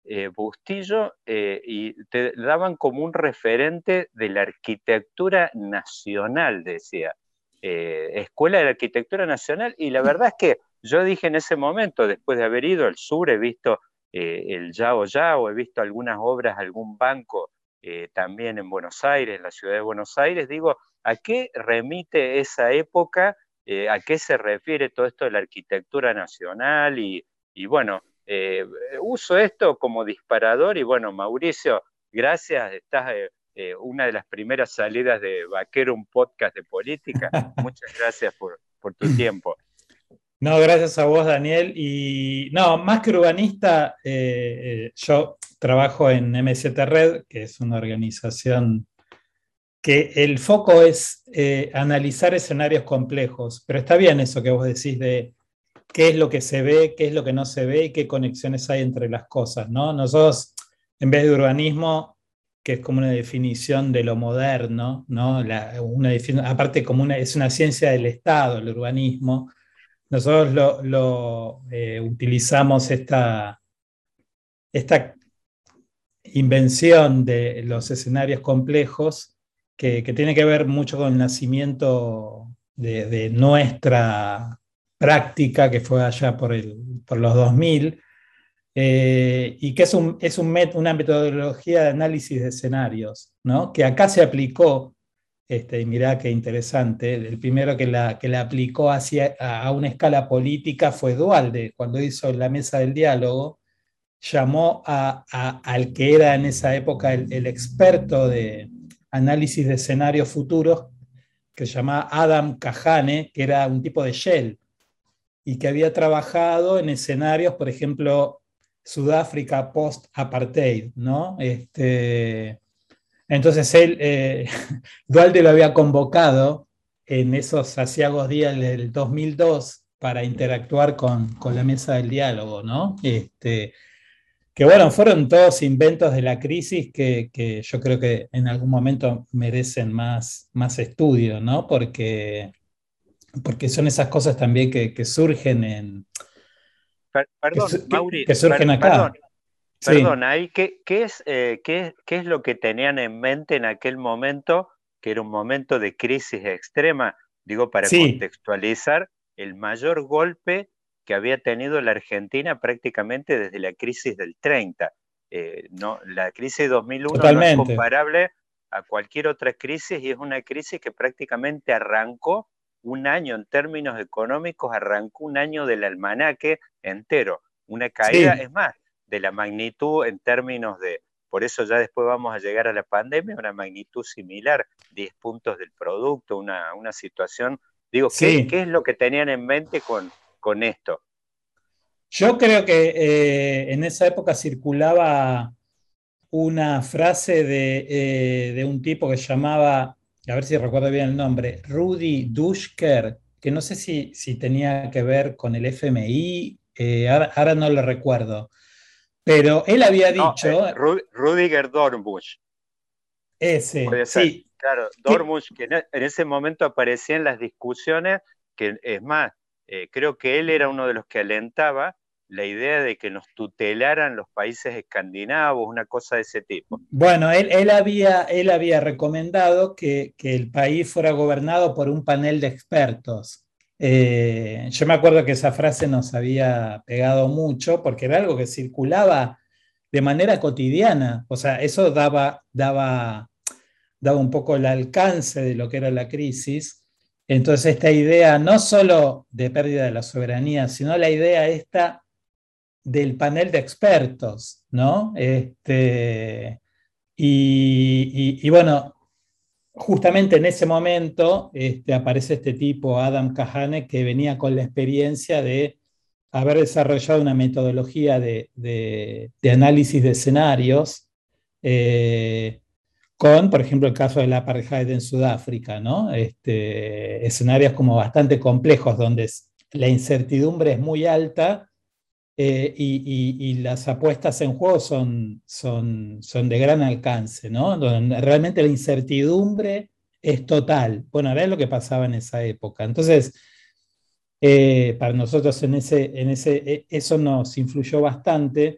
Bustillo, y te daban como un referente de la arquitectura nacional, decía. Escuela de la Arquitectura Nacional, y la verdad es que yo dije en ese momento, después de haber ido al sur, he visto el Yao Yao, he visto algunas obras, algún banco también en Buenos Aires, en la ciudad de Buenos Aires, digo, ¿a qué remite esa época? ¿A qué se refiere todo esto de la arquitectura nacional? Y bueno, uso esto como disparador y bueno, Mauricio, gracias, estás una de las primeras salidas de Vaquero, un podcast de política. Muchas gracias por tu tiempo. No, gracias a vos, Daniel. Y no, más que urbanista, yo trabajo en MZ Red, que es una organización que el foco es analizar escenarios complejos, pero está bien eso que vos decís de qué es lo que se ve, qué es lo que no se ve y qué conexiones hay entre las cosas, ¿no? Nosotros, en vez de urbanismo, que es como una definición de lo moderno, ¿no? Aparte es una ciencia del Estado, el urbanismo, nosotros utilizamos esta invención de los escenarios complejos que tiene que ver mucho con el nacimiento de nuestra práctica, que fue allá por los 2000, y que es una metodología de análisis de escenarios, ¿no? Que acá se aplicó, y mirá qué interesante, el primero que la aplicó a una escala política fue Duhalde, cuando hizo la mesa del diálogo, llamó al que era en esa época el experto de análisis de escenarios futuros, que se llamaba Adam Kahane, que era un tipo de Shell, y que había trabajado en escenarios, por ejemplo, Sudáfrica post-apartheid, ¿no? Entonces Duhalde lo había convocado en esos aciagos días del 2002 para interactuar con la mesa del diálogo, ¿no? Que bueno, fueron todos inventos de la crisis que yo creo que en algún momento merecen más estudio, ¿no? Porque son esas cosas también que surgen Perdón, Mauri, que surgen acá. perdón, Sí. ahí, ¿qué es lo que tenían en mente en aquel momento, que era un momento de crisis extrema? Digo, para Sí, contextualizar, el mayor golpe que había tenido la Argentina prácticamente desde la crisis del 30. No, la crisis de 2001 no es totalmente. comparable a cualquier otra crisis y es una crisis que prácticamente arrancó un año en términos económicos, arrancó un año del almanaque entero. Una caída, Sí, es más, de la magnitud en términos de, por eso ya después vamos a llegar a la pandemia, una magnitud similar, 10 puntos del producto, una situación. Digo, ¿qué sí. es lo que tenían en mente con esto? Yo creo que en esa época circulaba una frase de un tipo que se llamaba, a ver si recuerdo bien el nombre, Rudy Dushker, que no sé si tenía que ver con el FMI, ahora no lo recuerdo, pero él había No, dicho, Rudiger Dornbusch, ese, puede ser. sí, Claro, que, Dornbusch, que en ese momento aparecía en las discusiones, que es más, creo que él era uno de los que alentaba la idea de que nos tutelaran los países escandinavos, una cosa de ese tipo. bueno, él había recomendado que el país fuera gobernado por un panel de expertos. Yo me acuerdo que esa frase nos había pegado mucho porque era algo que circulaba de manera cotidiana. O sea, eso daba un poco el alcance de lo que era la crisis. Entonces, esta idea no solo de pérdida de la soberanía, sino la idea esta del panel de expertos, ¿no? Y bueno, justamente en ese momento aparece este tipo, Adam Kahane, que venía con la experiencia de haber desarrollado una metodología de análisis de escenarios, con, por ejemplo, el caso de la apartheid en Sudáfrica, ¿no? Escenarios como bastante complejos, donde la incertidumbre es muy alta, y las apuestas en juego son de gran alcance, ¿no? Donde realmente la incertidumbre es total. Bueno, era lo que pasaba en esa época. Entonces, para nosotros eso nos influyó bastante.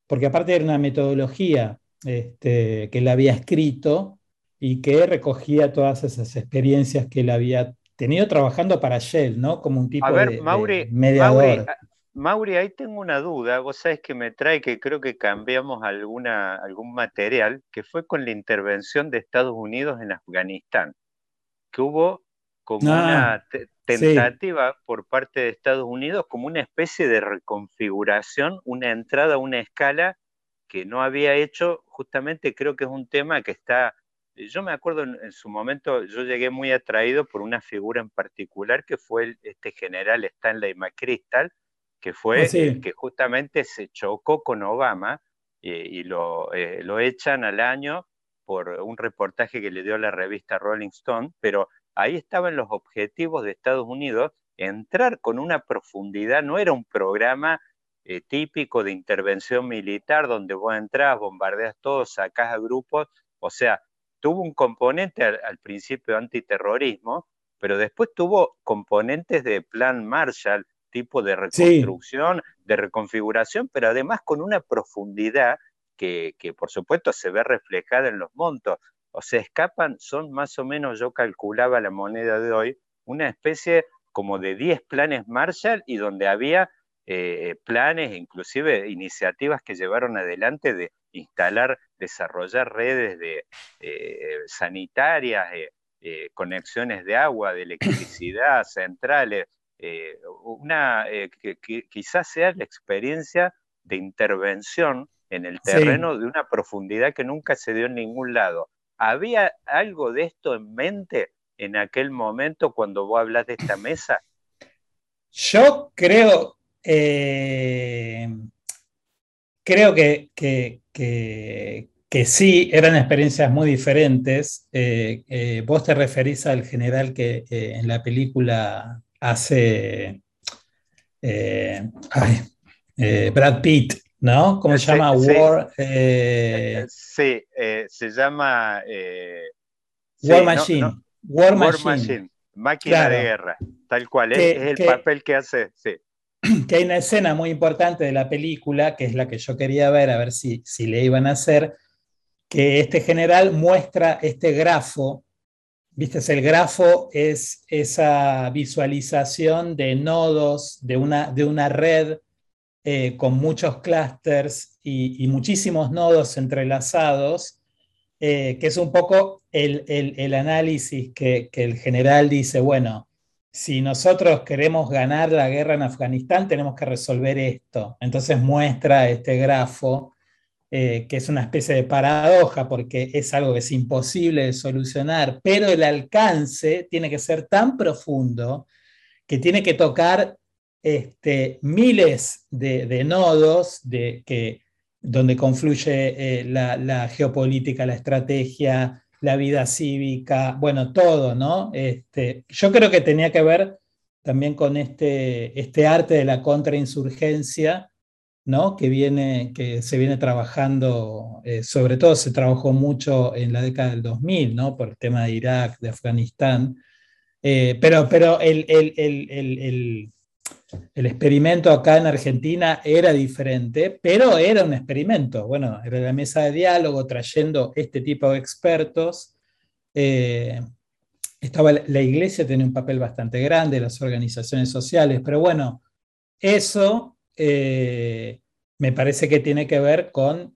porque aparte era una metodología que él había escrito y que recogía todas esas experiencias que él había tenido trabajando para Shell, ¿no? Como un A tipo ver, de Mauri, mediador. Mauri, ahí tengo una duda. Vos sabés que me trae que creo que cambiamos algún material, que fue con la intervención de Estados Unidos en Afganistán, que hubo como Ah, una sí, tentativa por parte de Estados Unidos, como una especie de reconfiguración, una entrada a una escala que no había hecho. Justamente creo que es un tema que está, yo me acuerdo en su momento, yo llegué muy atraído por una figura en particular que fue este general Stanley McChrystal, que oh, fue el sí, que justamente se chocó con Obama y lo echan al año por un reportaje que le dio la revista Rolling Stone, pero ahí estaban los objetivos de Estados Unidos, entrar con una profundidad, no era un programa típico de intervención militar donde vos entrás, bombardeas todo, sacás a grupos, o sea, tuvo un componente al principio antiterrorismo, pero después tuvo componentes de plan Marshall, tipo de sí. reconstrucción, de reconfiguración, pero además con una profundidad que por supuesto se ve reflejada en los montos. O sea, son más o menos, yo calculaba la moneda de hoy, una especie como de 10 planes Marshall y donde había planes, inclusive iniciativas que llevaron adelante de instalar, desarrollar redes sanitarias, conexiones de agua, de electricidad, centrales, que quizás sea la experiencia de intervención en el Sí, terreno de una profundidad que nunca se dio en ningún lado. ¿Había algo de esto en mente en aquel momento cuando vos hablas de esta mesa? yo creo que sí, eran experiencias muy diferentes. Vos te referís al general que en la película hace ay, Brad Pitt, ¿no? ¿Cómo se Sí, llama? sí, sí, se llama, War sí, no, no, Machine. War War Machine, Machine, máquina de claro. guerra, tal cual, es Que, el que, papel que hace, sí, que hay una escena muy importante de la película, que es la que yo quería ver, a ver si le iban a hacer, que este general muestra este grafo. ¿Viste? El grafo es esa visualización de nodos de una red con muchos clústeres y muchísimos nodos entrelazados, que es un poco el análisis que el general dice, bueno, si nosotros queremos ganar la guerra en Afganistán, tenemos que resolver esto. Entonces muestra este grafo que es una especie de paradoja porque es algo que es imposible de solucionar, pero el alcance tiene que ser tan profundo que tiene que tocar miles de nodos donde confluye la geopolítica, la estrategia, la vida cívica, bueno, todo, ¿no? Yo creo que tenía que ver también con este arte de la contrainsurgencia, ¿no? Que se viene trabajando, sobre todo se trabajó mucho en la década del 2000, ¿no? Por el tema de Irak, de Afganistán. Pero el experimento acá en Argentina era diferente, pero era un experimento. Bueno, era la mesa de diálogo trayendo este tipo de expertos. Eh, la iglesia tenía un papel bastante grande, las organizaciones sociales, pero bueno, eso me parece que tiene que ver con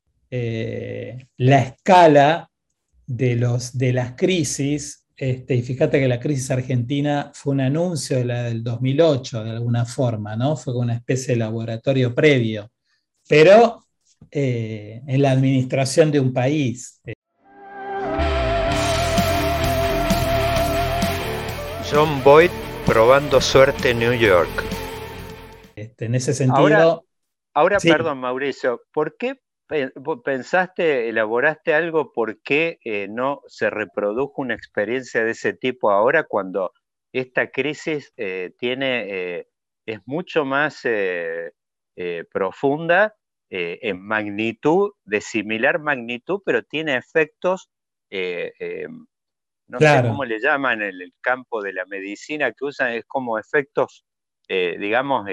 la escala de las crisis. Y fíjate que la crisis argentina fue un anuncio de la del 2008, de alguna forma, ¿no? Fue como una especie de laboratorio previo, pero en la administración de un país. John Boyd probando suerte en New York. En ese Ahora, sentido, ahora, sí. perdón, Mauricio, ¿por qué vos pensaste, elaboraste algo, por qué no se reprodujo una experiencia de ese tipo ahora cuando esta crisis es mucho más profunda en magnitud, de similar magnitud, pero tiene efectos, eh, eh, no sé cómo Claro, le llaman en el campo de la medicina que usan, es como efectos, digamos,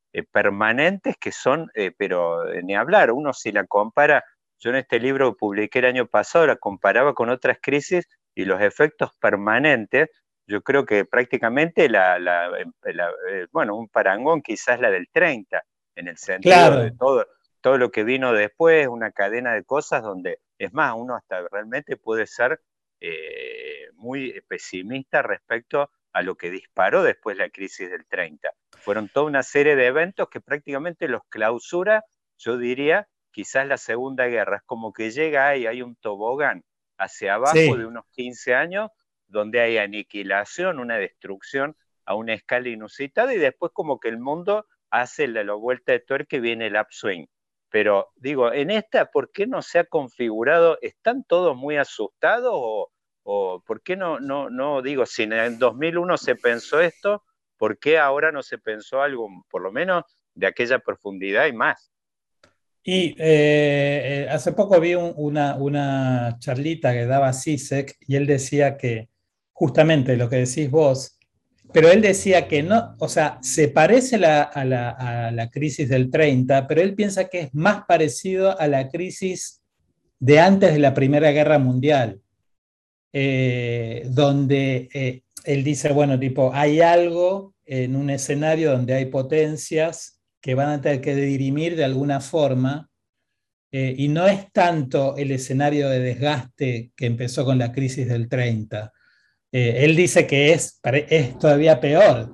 permanentes que son, pero ni hablar, uno si la compara, yo en este libro que publiqué el año pasado la comparaba con otras crisis y los efectos permanentes, yo creo que prácticamente bueno, un parangón quizás la del 30, en el sentido de Claro. todo lo que vino después, una cadena de cosas donde, es más, uno hasta realmente puede ser muy pesimista respecto a lo que disparó después la crisis del 30. Fueron toda una serie de eventos que prácticamente los clausura, yo diría, quizás la Segunda Guerra. Es como que llega ahí, hay un tobogán hacia abajo de Sí. unos 15 años, donde hay aniquilación, una destrucción a una escala inusitada, y después como que el mundo hace la vuelta de tuerca y viene el upswing. Pero digo, en esta, ¿por qué no se ha configurado? ¿Están todos muy asustados o por qué no digo, si en el 2001 se pensó esto, ¿por qué ahora no se pensó algo, por lo menos, de aquella profundidad y más? Y hace poco vi una charlita que daba Zizek y él decía que justamente lo que decís vos, pero él decía que no, o sea, se parece a la crisis del 30, pero él piensa que es más parecido a la crisis de antes de la Primera Guerra Mundial, donde él dice, bueno, tipo, hay algo en un escenario donde hay potencias que van a tener que dirimir de alguna forma, y no es tanto el escenario de desgaste que empezó con la crisis del 30. Él dice que es todavía peor,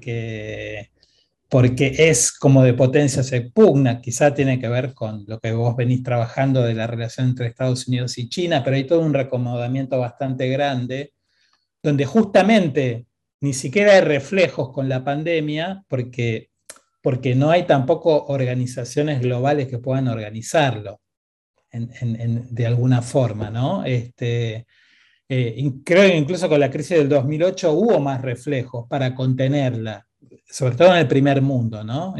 porque es como de potencia se pugna, quizá tiene que ver con lo que vos venís trabajando de la relación entre Estados Unidos y China, pero hay todo un reacomodamiento bastante grande, donde justamente ni siquiera hay reflejos con la pandemia, porque no hay tampoco organizaciones globales que puedan organizarlo de alguna forma, ¿no? Creo que incluso con la crisis del 2008 hubo más reflejos para contenerla, sobre todo en el primer mundo, ¿no?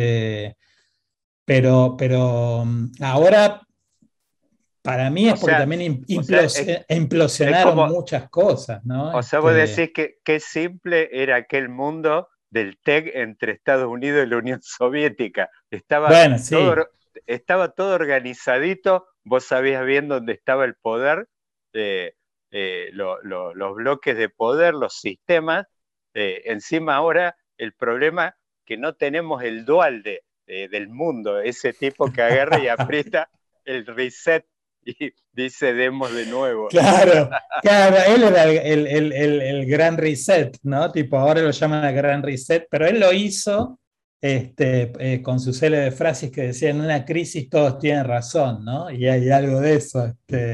Pero ahora, para mí O es porque sea, también es implosionaron como, muchas cosas, ¿no? o sea, vos decís que qué simple era aquel mundo del TEC entre Estados Unidos y la Unión Soviética. Bueno, sí, Estaba todo organizadito, vos sabías bien dónde estaba el poder, eh, los bloques de poder, los sistemas. Encima ahora el problema que no tenemos el dual del mundo, ese tipo que agarra y aprieta el reset y dice demos de nuevo. claro, claro, él era el gran reset, ¿no? Tipo, ahora lo llaman el gran reset, pero él lo hizo con su célebre frases que decía, en una crisis todos tienen razón, ¿no? Y hay algo de eso,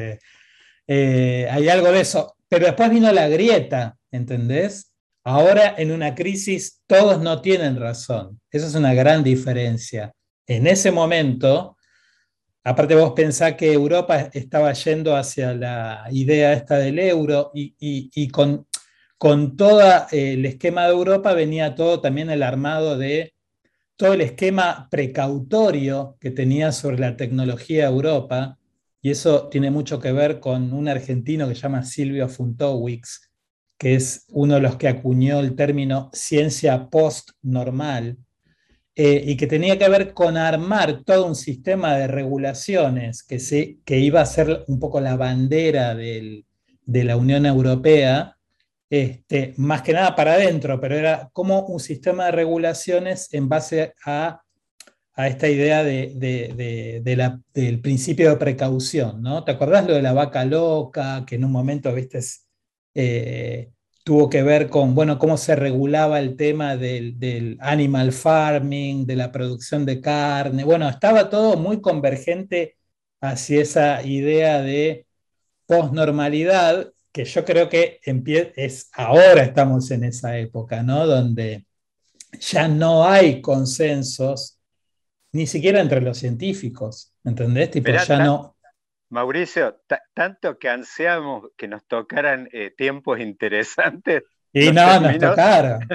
hay algo de eso. Pero después vino la grieta, ¿entendés? Ahora en una crisis todos no tienen razón. Esa es una gran diferencia. En ese momento, aparte vos pensás que Europa estaba yendo hacia la idea esta del euro y con todo el esquema de Europa venía todo también el armado de todo el esquema precautorio que tenía sobre la tecnología de Europa, y eso tiene mucho que ver con un argentino que se llama Silvio Funtowicz, que es uno de los que acuñó el término ciencia post-normal, y que tenía que ver con armar todo un sistema de regulaciones que iba a ser un poco la bandera de la Unión Europea, más que nada para adentro, pero era como un sistema de regulaciones en base a esta idea del principio de precaución, ¿no? ¿Te acordás lo de la vaca loca, que en un momento, viste, eh, tuvo que ver con, bueno, cómo se regulaba el tema del animal farming, de la producción de carne? Bueno, estaba todo muy convergente hacia esa idea de posnormalidad, que yo creo que ahora estamos en esa época, ¿no? Donde ya no hay consensos, ni siquiera entre los científicos, ¿entendés? Tipo, Mirá, ya no. Mauricio, tanto que ansiamos que nos tocaran tiempos interesantes, Y nos no, nos terminó, tocaron.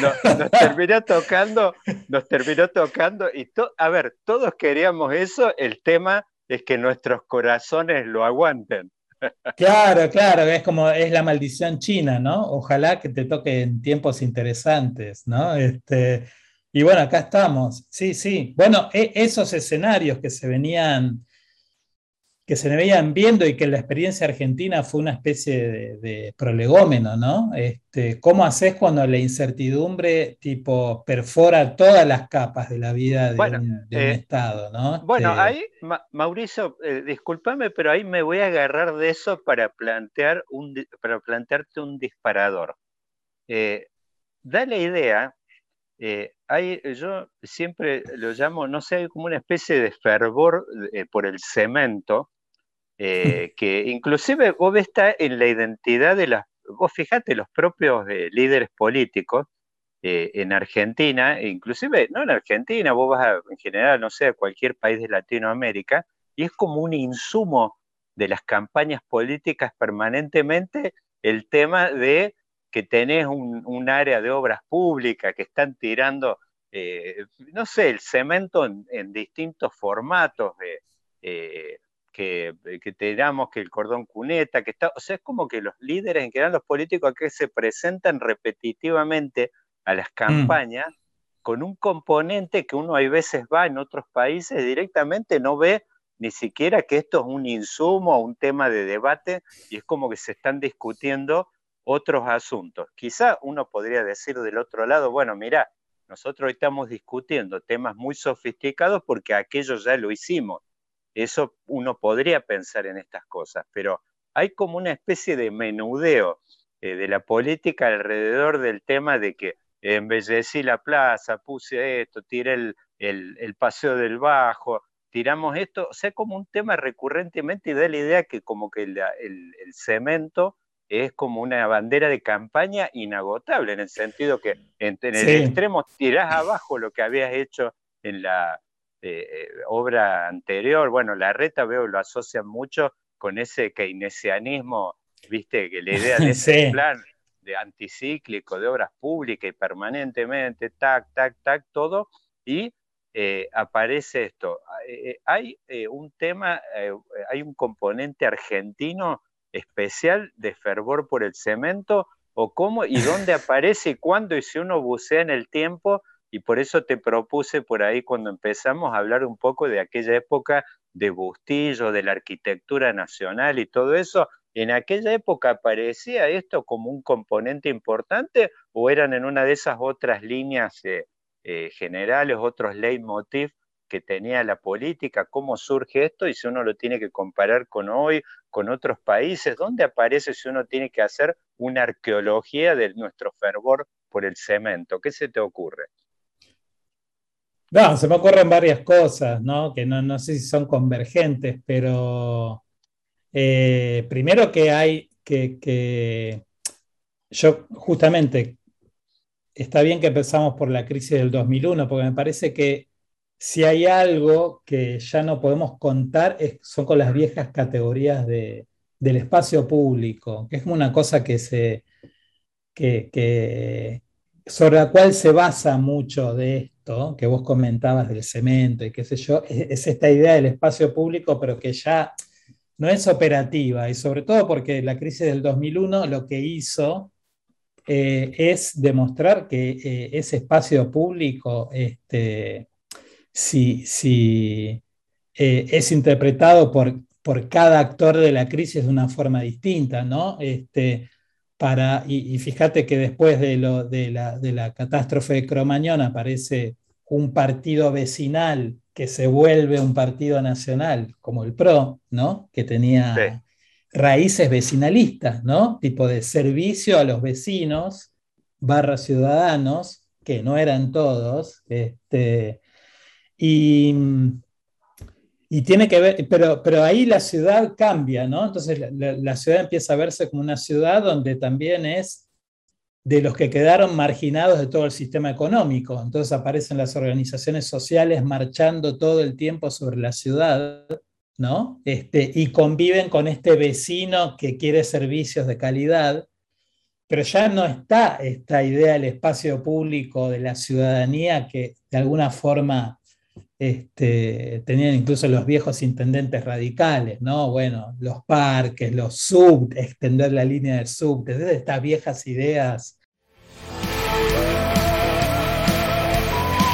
nos terminó tocando, y a ver, todos queríamos eso, el tema es que nuestros corazones lo aguanten. Claro, claro, es la maldición china, ¿no? Ojalá que te toque en tiempos interesantes, ¿no? Y bueno, acá estamos. Sí, sí. Bueno, esos escenarios que se veían viendo y que la experiencia argentina fue una especie de prolegómeno, ¿no? ¿Cómo haces cuando la incertidumbre tipo perfora todas las capas de la vida de Bueno, un Estado, ¿no? bueno, ahí, Mauricio, discúlpame, pero ahí me voy a agarrar de eso para para plantearte un disparador. Da la idea, yo siempre lo llamo, no sé, como una especie de fervor por el cemento, que inclusive vos ves está en la identidad vos fijate, los propios líderes políticos en Argentina, inclusive no en Argentina, vos en general, no sé, a cualquier país de Latinoamérica, y es como un insumo de las campañas políticas permanentemente el tema de que tenés un área de obras públicas que están tirando, no sé, el cemento en distintos formatos, que tiramos que el cordón cuneta, o sea, es como que los líderes, en general los políticos que se presentan repetitivamente a las campañas con un componente que uno hay veces va en otros países directamente no ve ni siquiera que esto es un insumo o un tema de debate, y es como que se están discutiendo otros asuntos. Quizá uno podría decir del otro lado, bueno, mira, nosotros hoy estamos discutiendo temas muy sofisticados porque aquello ya lo hicimos. Eso uno podría pensar en estas cosas, pero hay como una especie de menudeo de la política alrededor del tema de que embellecí la plaza, puse esto, tiré el paseo del Bajo, tiramos esto, o sea, como un tema recurrentemente, y da la idea que como que el cemento es como una bandera de campaña inagotable, en el sentido que en el extremo tirás abajo lo que habías hecho en la obra anterior. Bueno, Larreta veo lo asocian mucho con ese keynesianismo, viste, que la idea de ese plan de anticíclico, de obras públicas y permanentemente, tac, tac, tac, todo, y aparece esto. Hay un tema, hay un componente argentino especial de fervor por el cemento, o cómo y dónde aparece y cuándo, y si uno bucea en el tiempo. Y por eso te propuse por ahí cuando empezamos a hablar un poco de aquella época de Bustillo, de la arquitectura nacional y todo eso. ¿En aquella época aparecía esto como un componente importante o eran en una de esas otras líneas generales, otros leitmotiv que tenía la política? ¿Cómo surge esto? Y si uno lo tiene que comparar con hoy, con otros países, ¿dónde aparece si uno tiene que hacer una arqueología de nuestro fervor por el cemento? ¿Qué se te ocurre? No, se me ocurren varias cosas, ¿no? Que no sé si son convergentes, pero primero que hay que yo justamente, está bien que empezamos por la crisis del 2001, porque me parece que si hay algo que ya no podemos contar son con las viejas categorías del espacio público, que es como una cosa sobre la cual se basa mucho de esto, que vos comentabas del cemento y qué sé yo, es esta idea del espacio público, pero que ya no es operativa, y sobre todo porque la crisis del 2001 lo que hizo es demostrar que ese espacio público, si es interpretado por cada actor de la crisis de una forma distinta, ¿no? Y fíjate que después de la catástrofe de Cromañón aparece un partido vecinal que se vuelve un partido nacional, como el PRO, ¿no? Que tenía raíces vecinalistas, ¿no? Tipo de servicio a los vecinos, barra ciudadanos, que no eran todos, y tiene que ver, pero ahí la ciudad cambia, ¿no? Entonces la ciudad empieza a verse como una ciudad donde también es de los que quedaron marginados de todo el sistema económico. Entonces aparecen las organizaciones sociales marchando todo el tiempo sobre la ciudad, ¿no? Y conviven con este vecino que quiere servicios de calidad, pero ya no está esta idea del espacio público de la ciudadanía que de alguna forma tenían incluso los viejos intendentes radicales, ¿no? Bueno, los parques, los subtes, extender la línea del subte, estas viejas ideas.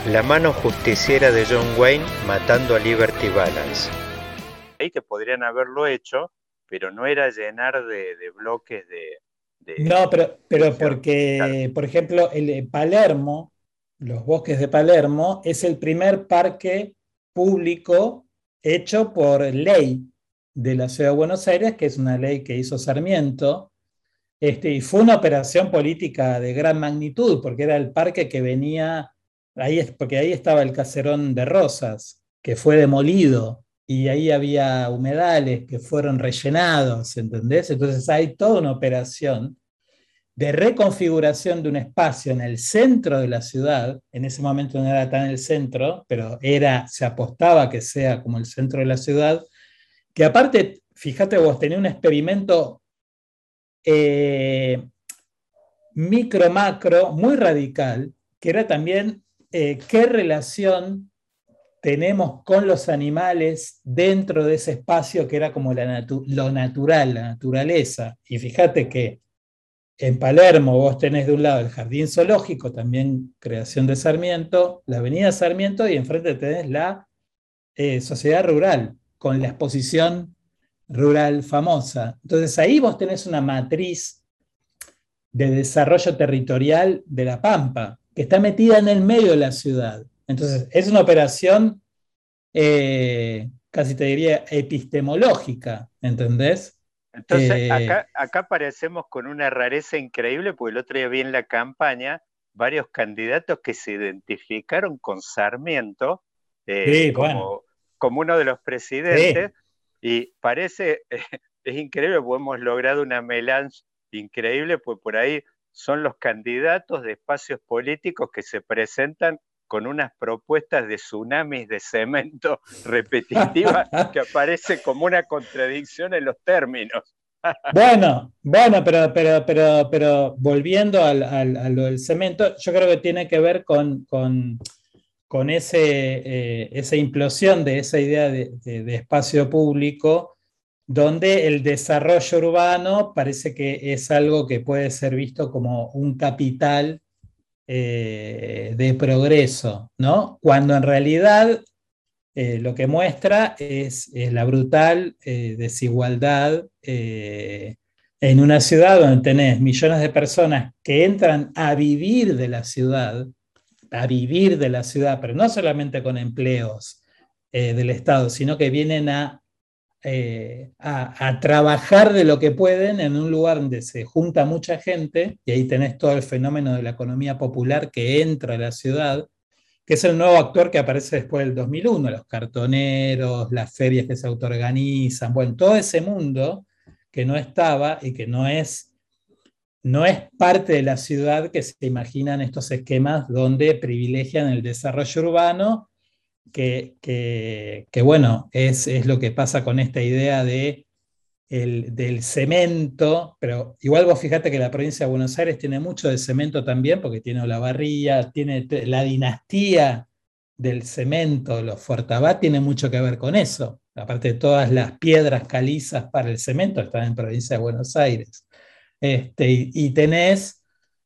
La mano justiciera de John Wayne matando a Liberty Balance. Ahí que podrían haberlo hecho, pero no era llenar de bloques de... No, pero porque, por ejemplo, Palermo, los bosques de Palermo, es el primer parque público hecho por ley de la Ciudad de Buenos Aires, que es una ley que hizo Sarmiento, y fue una operación política de gran magnitud, porque era el parque que venía, porque ahí estaba el caserón de Rosas, que fue demolido, y ahí había humedales que fueron rellenados, ¿entendés? Entonces hay toda una operación de reconfiguración de un espacio en el centro de la ciudad. En ese momento no era tan el centro, pero se apostaba a que sea como el centro de la ciudad, que aparte, fíjate vos, tenía un experimento micro-macro muy radical, que era también qué relación tenemos con los animales dentro de ese espacio que era como lo natural, la naturaleza. Y fíjate que en Palermo vos tenés de un lado el jardín zoológico, también creación de Sarmiento, la avenida Sarmiento, y enfrente tenés la sociedad rural, con la exposición rural famosa. Entonces ahí vos tenés una matriz de desarrollo territorial de La Pampa, que está metida en el medio de la ciudad. Entonces es una operación casi te diría epistemológica, ¿entendés? Entonces, acá aparecemos con una rareza increíble, porque el otro día vi en la campaña varios candidatos que se identificaron con Sarmiento Sí, bueno. como uno de los presidentes, Sí. y parece, es increíble, porque hemos logrado una melange increíble, pues por ahí son los candidatos de espacios políticos que se presentan con unas propuestas de tsunamis de cemento repetitivas que aparece como una contradicción en los términos. Bueno, pero volviendo a lo del cemento, yo creo que tiene que ver con esa implosión de esa idea de espacio público, donde el desarrollo urbano parece que es algo que puede ser visto como un capital de progreso, ¿no? Cuando en realidad lo que muestra es la brutal desigualdad en una ciudad donde tenés millones de personas que entran a vivir de la ciudad, pero no solamente con empleos del Estado, sino que vienen a trabajar de lo que pueden en un lugar donde se junta mucha gente, y ahí tenés todo el fenómeno de la economía popular que entra a la ciudad, que es el nuevo actor que aparece después del 2001, los cartoneros, las ferias que se autoorganizan, bueno, todo ese mundo que no estaba y que no es parte de la ciudad que se imaginan estos esquemas donde privilegian el desarrollo urbano, que bueno, es lo que pasa con esta idea del cemento, pero igual vos fíjate que la provincia de Buenos Aires tiene mucho de cemento también, porque tiene Olavarría, tiene la dinastía del cemento, los Fortabat, tiene mucho que ver con eso. Aparte de todas las piedras calizas para el cemento, están en provincia de Buenos Aires. Y tenés,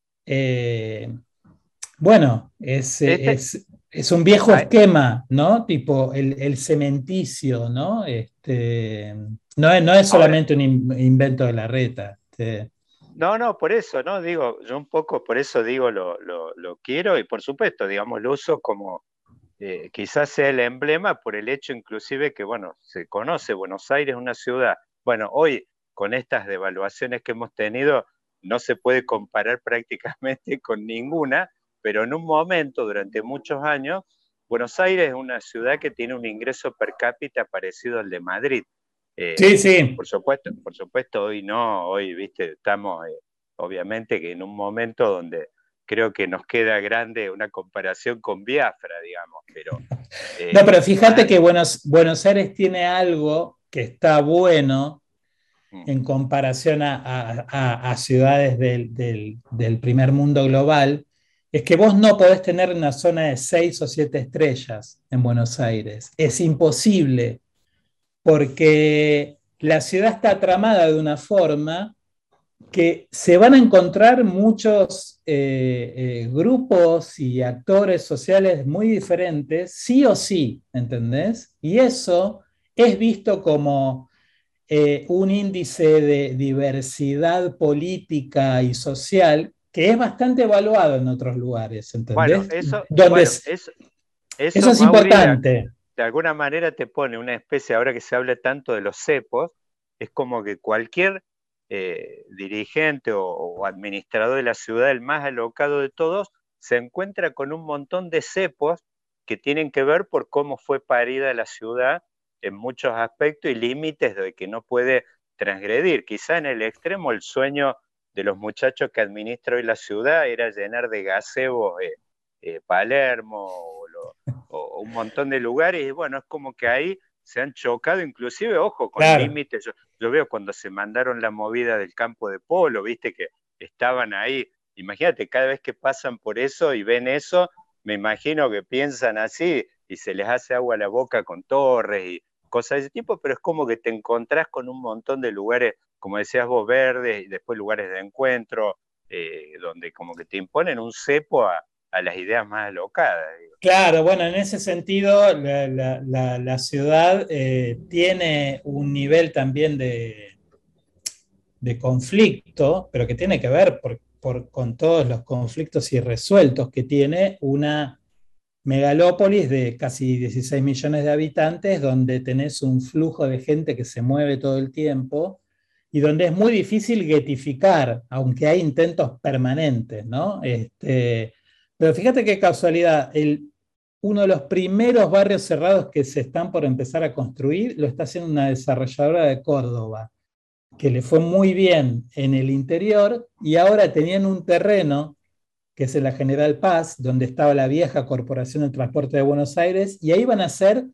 bueno, es un viejo esquema, ¿no? Tipo el cementicio, ¿no? No es Ahora, solamente un invento de la reta. no, por eso, ¿no? Digo, yo un poco por eso digo lo quiero, y por supuesto, digamos, lo uso como quizás sea el emblema por el hecho inclusive que, bueno, se conoce Buenos Aires, una ciudad, bueno, hoy con estas devaluaciones que hemos tenido, no se puede comparar prácticamente con ninguna, pero en un momento, durante muchos años, Buenos Aires es una ciudad que tiene un ingreso per cápita parecido al de Madrid. Sí, sí. Por supuesto, hoy no, hoy, viste, estamos obviamente que en un momento donde creo que nos queda grande una comparación con Biafra, digamos, pero... No, pero fíjate que Buenos Aires tiene algo que está bueno en comparación a ciudades del primer mundo global, es que vos no podés tener una zona de 6 o 7 estrellas en Buenos Aires. Es imposible, porque la ciudad está tramada de una forma que se van a encontrar muchos grupos y actores sociales muy diferentes, sí o sí, ¿entendés? Y eso es visto como un índice de diversidad política y social que es bastante evaluado en otros lugares, ¿entendés? Eso es Mauri, importante. De alguna manera te pone una especie, ahora que se habla tanto de los cepos, es como que cualquier dirigente o administrador de la ciudad, el más alocado de todos, se encuentra con un montón de cepos que tienen que ver por cómo fue parida la ciudad en muchos aspectos y límites de que no puede transgredir. Quizá en el extremo el sueño de los muchachos que administra hoy la ciudad era llenar de gazebos Palermo o un montón de lugares, y bueno, es como que ahí se han chocado, inclusive, ojo, con límites. Yo veo cuando se mandaron la movida del campo de polo, viste que estaban ahí. Imagínate, cada vez que pasan por eso y ven eso, me imagino que piensan así y se les hace agua a la boca con torres y cosas de ese tipo, pero es como que te encontrás con un montón de lugares, como decías vos, verdes, y después lugares de encuentro, donde como que te imponen un cepo a las ideas más alocadas. Digo. Claro, bueno, en ese sentido la ciudad tiene un nivel también de conflicto, pero que tiene que ver con todos los conflictos irresueltos que tiene una megalópolis de casi 16 millones de habitantes, donde tenés un flujo de gente que se mueve todo el tiempo y donde es muy difícil guetificar, aunque hay intentos permanentes, ¿no? Pero fíjate qué casualidad, uno de los primeros barrios cerrados que se están por empezar a construir lo está haciendo una desarrolladora de Córdoba, que le fue muy bien en el interior y ahora tenían un terreno que es en la General Paz, donde estaba la vieja Corporación de Transporte de Buenos Aires, y ahí van a hacer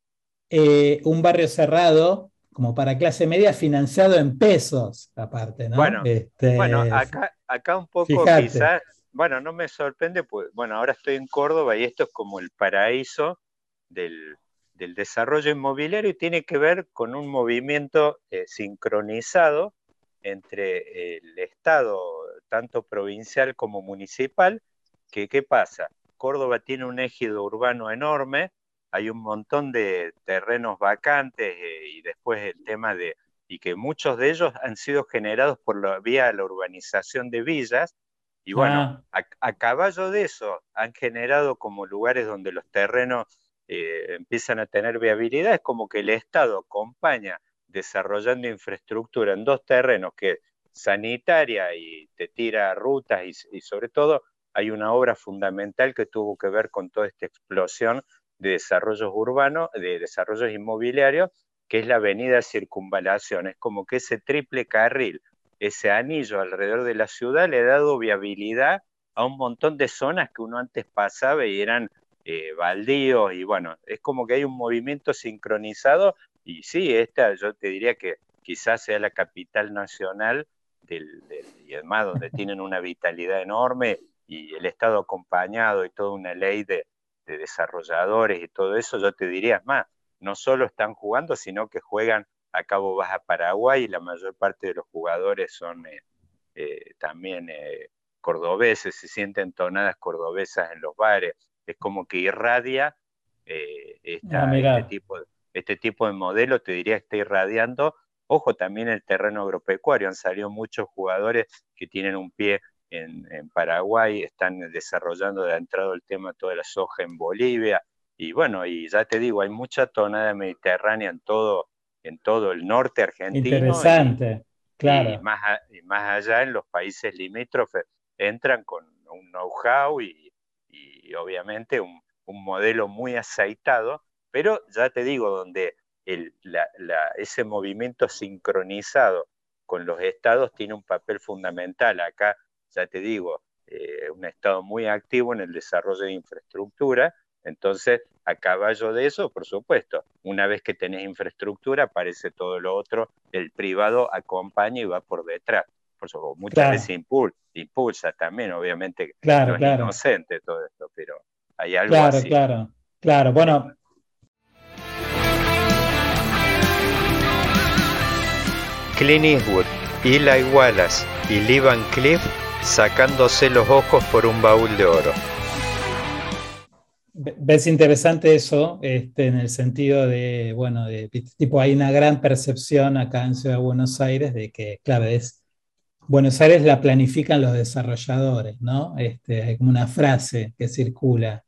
un barrio cerrado como para clase media financiado en pesos, aparte, ¿no? Bueno, acá un poco fíjate. Quizás, bueno, no me sorprende, pues, bueno, ahora estoy en Córdoba y esto es como el paraíso del desarrollo inmobiliario y tiene que ver con un movimiento sincronizado entre el Estado, tanto provincial como municipal, que ¿qué pasa? Córdoba tiene un ejido urbano enorme, hay un montón de terrenos vacantes y después el tema y que muchos de ellos han sido generados vía la urbanización de villas, y bueno, a caballo de eso han generado como lugares donde los terrenos empiezan a tener viabilidad. Es como que el Estado acompaña desarrollando infraestructura en dos terrenos, que sanitaria y te tira rutas y sobre todo hay una obra fundamental que tuvo que ver con toda esta explosión de desarrollos urbanos, de desarrollos inmobiliarios, que es la avenida Circunvalación. Es como que ese triple carril, ese anillo alrededor de la ciudad le ha dado viabilidad a un montón de zonas que uno antes pasaba y eran baldíos, y bueno, es como que hay un movimiento sincronizado, y sí, yo te diría que quizás sea la capital nacional y además donde tienen una vitalidad enorme y el Estado acompañado y toda una ley de desarrolladores y todo eso. Yo te diría más, no solo están jugando, sino que juegan. Acá vos vas a Paraguay y la mayor parte de los jugadores son también cordobeses, se sienten tonadas cordobesas en los bares. Es como que irradia este tipo de modelo, te diría que está irradiando. Ojo, también el terreno agropecuario, han salido muchos jugadores que tienen un pie en Paraguay, están desarrollando, ha entrado el tema toda la soja en Bolivia, y bueno, y ya te digo, hay mucha tonada mediterránea en todo el norte argentino. Interesante, claro. Y más allá, en los países limítrofes, entran con un know-how y obviamente un modelo muy aceitado, pero ya te digo, donde ese movimiento sincronizado con los estados tiene un papel fundamental. Acá, ya te digo, un estado muy activo en el desarrollo de infraestructura. Entonces, a caballo de eso, por supuesto, una vez que tenés infraestructura, aparece todo lo otro, el privado acompaña y va por detrás. Por supuesto, muchas veces impulsa también, obviamente, no es inocente todo esto, pero hay algo así. Claro, bueno. Clint Eastwood, Eli Wallace, y Lee Van Cleef sacándose los ojos por un baúl de oro. Ves interesante eso, en el sentido de, bueno, tipo, hay una gran percepción acá en Ciudad de Buenos Aires de que, claro, Buenos Aires la planifican los desarrolladores, ¿no? Hay como una frase que circula,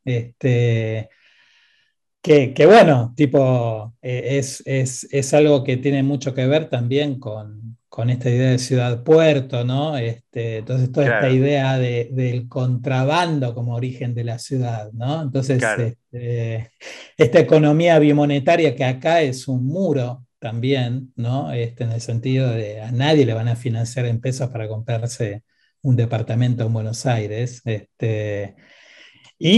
que bueno, tipo, es algo que tiene mucho que ver también con esta idea de ciudad-puerto, ¿no? Entonces, toda esta Claro, idea del contrabando como origen de la ciudad, ¿no? Entonces, claro. esta economía bimonetaria que acá es un muro también, ¿no? En el sentido de a nadie le van a financiar en pesos para comprarse un departamento en Buenos Aires. Y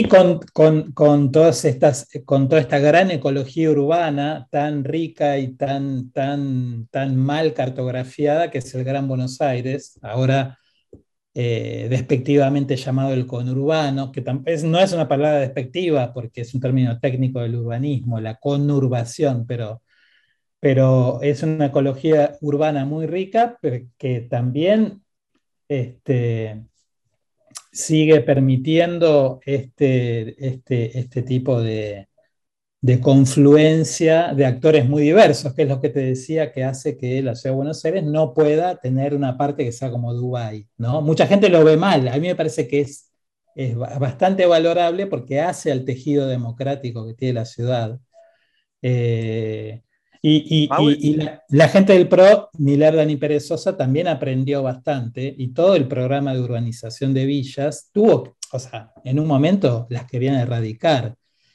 con toda esta gran ecología urbana tan rica y tan mal cartografiada que es el Gran Buenos Aires, ahora despectivamente llamado el conurbano, que no es una palabra despectiva porque es un término técnico del urbanismo, la conurbación, pero es una ecología urbana muy rica, pero que también este, sigue permitiendo este tipo de confluencia de actores muy diversos, que es lo que te decía que hace que la Ciudad de Buenos Aires no pueda tener una parte que sea como Dubái, ¿no? Mucha gente lo ve mal, a mí me parece que es bastante valorable porque hace al tejido democrático que tiene la ciudad. Eh, Mauri, la gente del PRO, ni lerda ni perezosa, también aprendió bastante y todo el programa de urbanización de villas tuvo, o sea, en un momento las querían erradicar.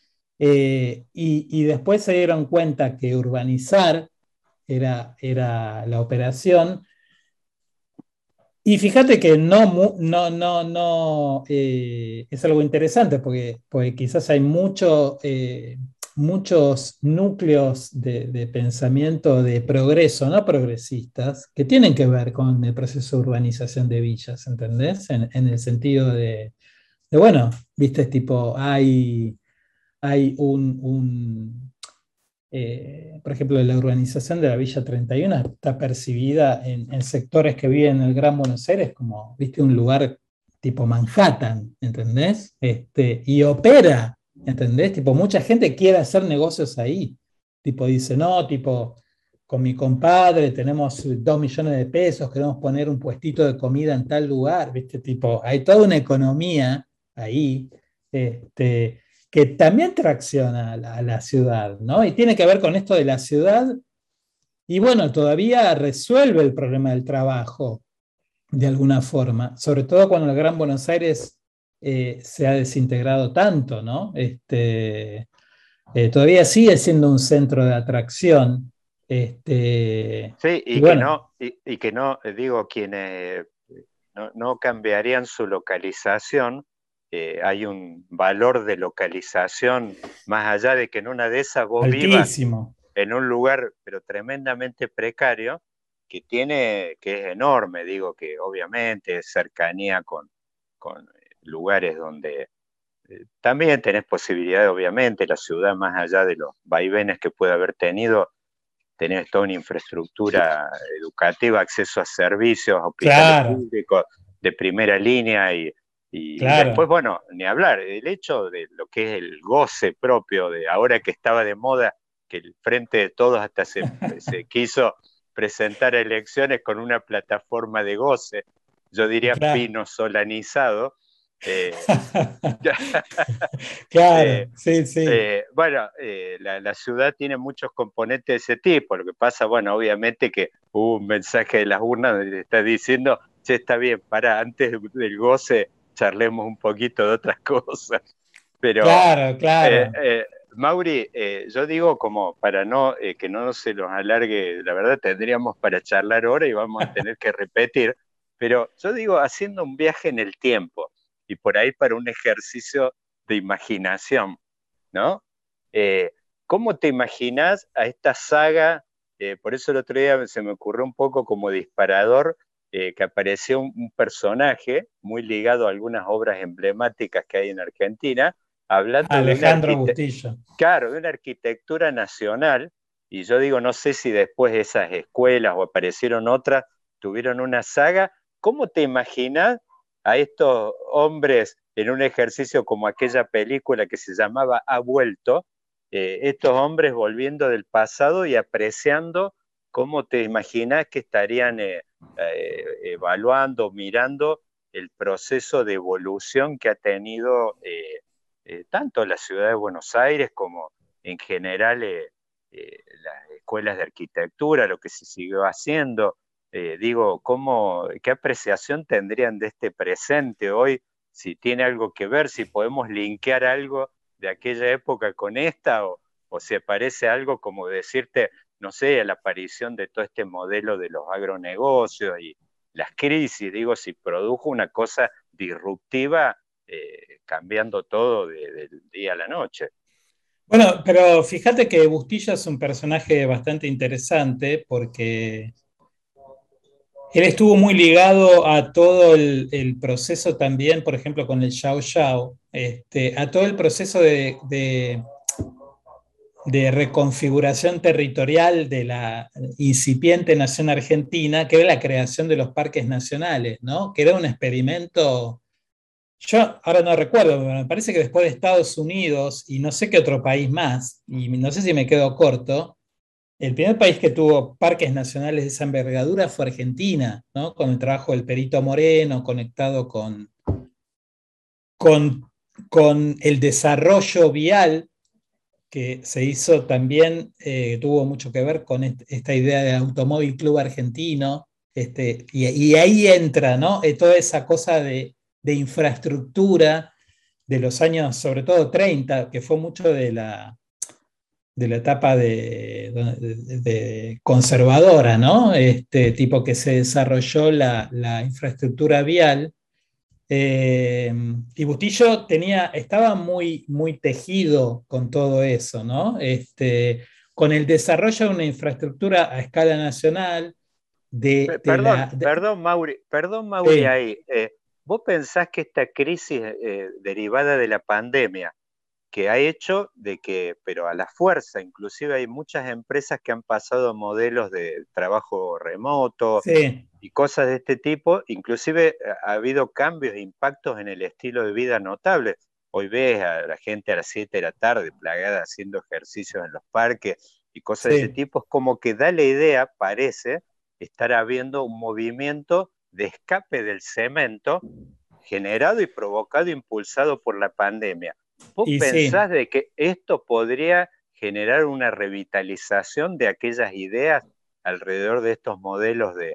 Y después se dieron cuenta que urbanizar era la operación. Y fíjate que es algo interesante porque quizás hay muchos núcleos de pensamiento de progreso, no progresistas, que tienen que ver con el proceso de urbanización de villas, ¿entendés? En el sentido bueno, viste, tipo, hay por ejemplo, la urbanización de la Villa 31 está percibida en sectores que viven en el Gran Buenos Aires como, viste, un lugar tipo Manhattan, ¿entendés? Y opera, ¿entendés? Tipo, mucha gente quiere hacer negocios ahí. Tipo, dice, no, tipo, con mi compadre tenemos 2 millones de pesos, queremos poner un puestito de comida en tal lugar, viste, tipo, hay toda una economía ahí. Que también tracciona a la ciudad, ¿no? Y tiene que ver con esto de la ciudad, y bueno, todavía resuelve el problema del trabajo de alguna forma, sobre todo cuando el Gran Buenos Aires se ha desintegrado tanto, ¿no? Todavía sigue siendo un centro de atracción. sí, Y bueno, y que no, digo, quienes no cambiarían su localización, hay un valor de localización, más allá de que en una de esas vos vivas altísimo. en un lugar, pero tremendamente precario, que es enorme, digo, que obviamente es cercanía con lugares donde también tenés posibilidades, obviamente, la ciudad, más allá de los vaivenes que puede haber tenido, tenés toda una infraestructura educativa, acceso a servicios, hospitales Claro, públicos de primera línea y después, claro. bueno, ni hablar, el hecho de lo que es el goce propio de ahora que estaba de moda, que el Frente de Todos hasta se quiso presentar a elecciones con una plataforma de goce, yo diría Claro. fino solanizado. eh, Claro, eh, sí, sí. bueno, la ciudad tiene muchos componentes de ese tipo. Lo que pasa, bueno, obviamente que hubo un mensaje de las urnas donde está diciendo, che, está bien, para antes del goce charlemos un poquito de otras cosas. Pero, Claro, eh, claro. eh, Mauri, yo digo como para no que no se nos alargue, la verdad tendríamos para charlar ahora y vamos a tener que repetir, pero yo digo haciendo un viaje en el tiempo y por ahí para un ejercicio de imaginación, ¿no? Eh, ¿Cómo te imaginas a esta saga? Por eso el otro día se me ocurrió un poco como disparador que apareció un personaje muy ligado a algunas obras emblemáticas que hay en Argentina, hablando de Alejandro Bustillo. claro, de una arquitectura nacional, y yo digo, no sé si después esas escuelas o aparecieron otras, tuvieron una saga, ¿cómo te imaginas a estos hombres en un ejercicio como aquella película que se llamaba Ha vuelto? Estos hombres volviendo del pasado y apreciando cómo te imaginas que estarían evaluando, mirando el proceso de evolución que ha tenido tanto la ciudad de Buenos Aires como en general las escuelas de arquitectura, lo que se siguió haciendo. Digo, ¿qué apreciación tendrían de este presente hoy? Si tiene algo que ver, si podemos linkear algo de aquella época con esta, o si aparece algo como decirte, no sé, la aparición de todo este modelo de los agronegocios y las crisis, digo, si produjo una cosa disruptiva, cambiando todo del día a la noche. Bueno, pero fíjate que Bustillo es un personaje bastante interesante porque él estuvo muy ligado a todo el proceso también, por ejemplo, con el Xiao Xiao, a todo el proceso de reconfiguración territorial de la incipiente nación argentina, que era la creación de los parques nacionales, ¿no? Que era un experimento. Yo ahora no recuerdo, pero me parece que después de Estados Unidos y no sé qué otro país más, y no sé si me quedo corto, el primer país que tuvo parques nacionales de esa envergadura fue Argentina, ¿no? Con el trabajo del Perito Moreno, conectado con, con el desarrollo vial que se hizo también, tuvo mucho que ver con esta idea del Automóvil Club Argentino, y ahí entra, ¿no? Toda esa cosa de infraestructura de los años, sobre todo 30, que fue mucho de la etapa de conservadora, ¿no? Tipo que se desarrolló la infraestructura vial. Y Bustillo estaba muy, muy tejido con todo eso, ¿no? Con el desarrollo de una infraestructura a escala nacional. Perdón, Mauri, Sí. ahí. ¿Vos pensás que esta crisis derivada de la pandemia, que ha hecho de que, pero a la fuerza, inclusive hay muchas empresas que han pasado a modelos de trabajo remoto Sí. y cosas de este tipo, inclusive ha habido cambios e impactos en el estilo de vida notables? Hoy ves a la gente a las 7 de la tarde plagada haciendo ejercicios en los parques y cosas de ese Sí. tipo, es como que da la idea, parece, estar habiendo un movimiento de escape del cemento generado y provocado, impulsado por la pandemia. ¿Vos Y sí. pensás de que esto podría generar una revitalización de aquellas ideas alrededor de estos modelos de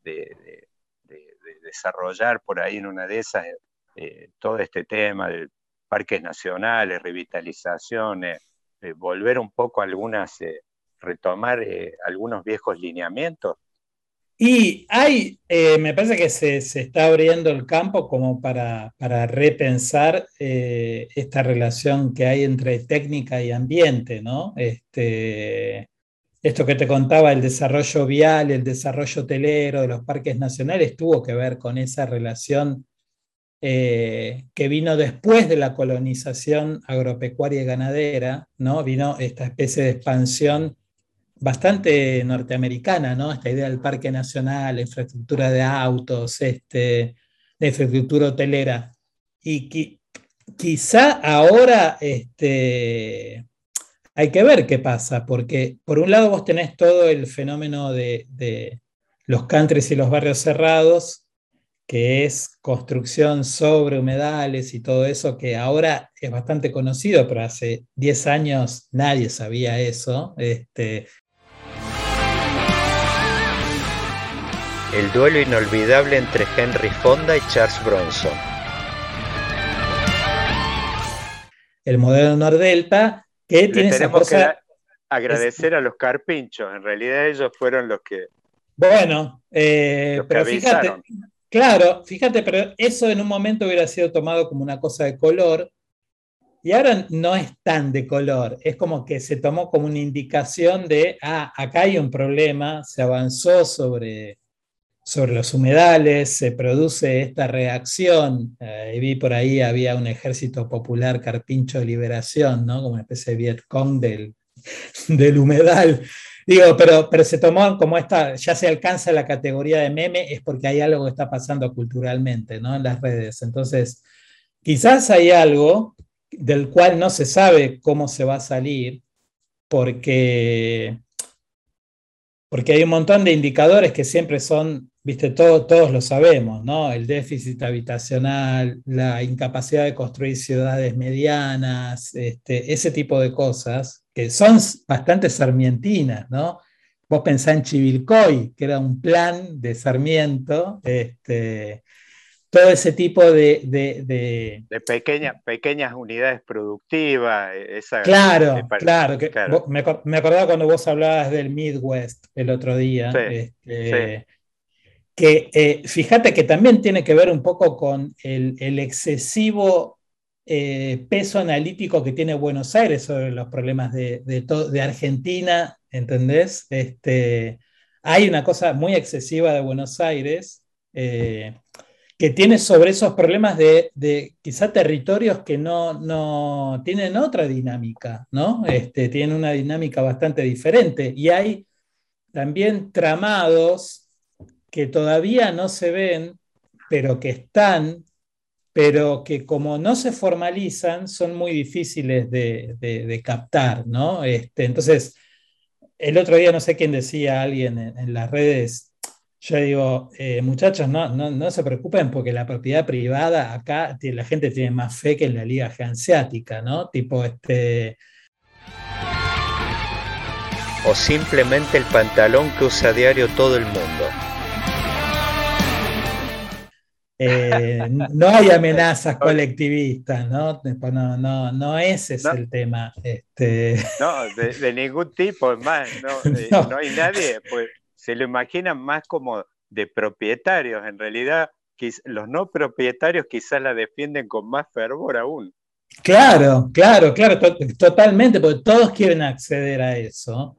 desarrollar por ahí en una de esas todo este tema de parques nacionales, revitalizaciones, volver un poco a algunas, retomar algunos viejos lineamientos? Y me parece que se está abriendo el campo como para repensar esta relación que hay entre técnica y ambiente, ¿no? Esto que te contaba, el desarrollo vial, el desarrollo hotelero de los parques nacionales, tuvo que ver con esa relación que vino después de la colonización agropecuaria y ganadera, ¿no? Vino esta especie de expansión bastante norteamericana, ¿no? Esta idea del parque nacional, la infraestructura de autos, la infraestructura hotelera. Y quizá ahora hay que ver qué pasa, porque por un lado vos tenés todo el fenómeno de los countries y los barrios cerrados, que es construcción sobre humedales y todo eso, que ahora es bastante conocido, pero hace 10 años nadie sabía eso. El duelo inolvidable entre Henry Fonda y Charles Bronson. El modelo Nordelta, que tiene esa cosa. Agradecer a los carpinchos, en realidad ellos fueron los que Bueno, pero avisaron. fíjate, claro, fíjate, pero eso en un momento hubiera sido tomado como una cosa de color, y ahora no es tan de color, es como que se tomó como una indicación de, acá hay un problema, se avanzó sobre los humedales, se produce esta reacción. Vi por ahí, había un ejército popular carpincho de liberación, ¿no? Como una especie de Vietcong del humedal. Digo, pero se tomó como esta, ya se alcanza la categoría de meme, es porque hay algo que está pasando culturalmente, ¿no? En las redes. Entonces, quizás hay algo del cual no se sabe cómo se va a salir, porque porque hay un montón de indicadores que siempre son, viste, todos lo sabemos, ¿no? El déficit habitacional, la incapacidad de construir ciudades medianas, ese tipo de cosas que son bastante sarmientinas, ¿no? Vos pensás en Chivilcoy, que era un plan de Sarmiento, todo ese tipo De pequeñas unidades productivas, Claro, claro, claro, me acordaba cuando vos hablabas del Midwest el otro sí, día, sí, que fíjate que también tiene que ver un poco con el excesivo peso analítico que tiene Buenos Aires sobre los problemas de Argentina, ¿entendés? Hay una cosa muy excesiva de Buenos Aires. Que tiene sobre esos problemas de quizá territorios que no tienen otra dinámica, ¿no? Tienen una dinámica bastante diferente. Y hay también tramados que todavía no se ven, pero que están, pero que como no se formalizan, son muy difíciles de captar, ¿no? Entonces, el otro día no sé quién decía alguien en las redes, yo digo, muchachos, no se preocupen porque la propiedad privada acá la gente tiene más fe que en la liga hanseática, ¿no? Tipo, o simplemente el pantalón que usa a diario todo el mundo. No hay amenazas colectivistas, ¿no? No ese es No, el tema. no, de ningún tipo, es más, No, no hay nadie, pues se lo imaginan más como de propietarios, en realidad los no propietarios quizás la defienden con más fervor aún. claro, totalmente, porque todos quieren acceder a eso.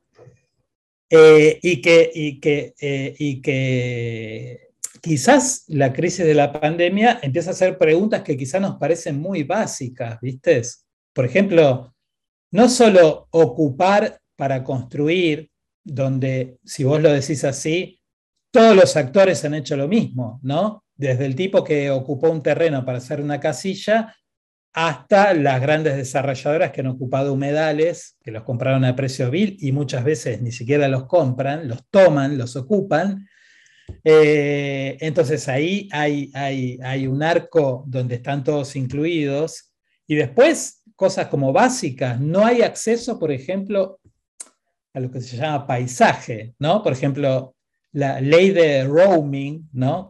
Y que quizás la crisis de la pandemia empieza a hacer preguntas que quizás nos parecen muy básicas, ¿viste? Por ejemplo, no solo ocupar para construir, donde, si vos lo decís así, todos los actores han hecho lo mismo, ¿no? Desde el tipo que ocupó un terreno para hacer una casilla hasta las grandes desarrolladoras que han ocupado humedales, que los compraron a precio vil y muchas veces ni siquiera los compran, los toman, los ocupan. Entonces ahí hay un arco donde están todos incluidos. Y después, cosas como básicas, no hay acceso, por ejemplo, a lo que se llama paisaje, ¿no? Por ejemplo, la ley de roaming, ¿no?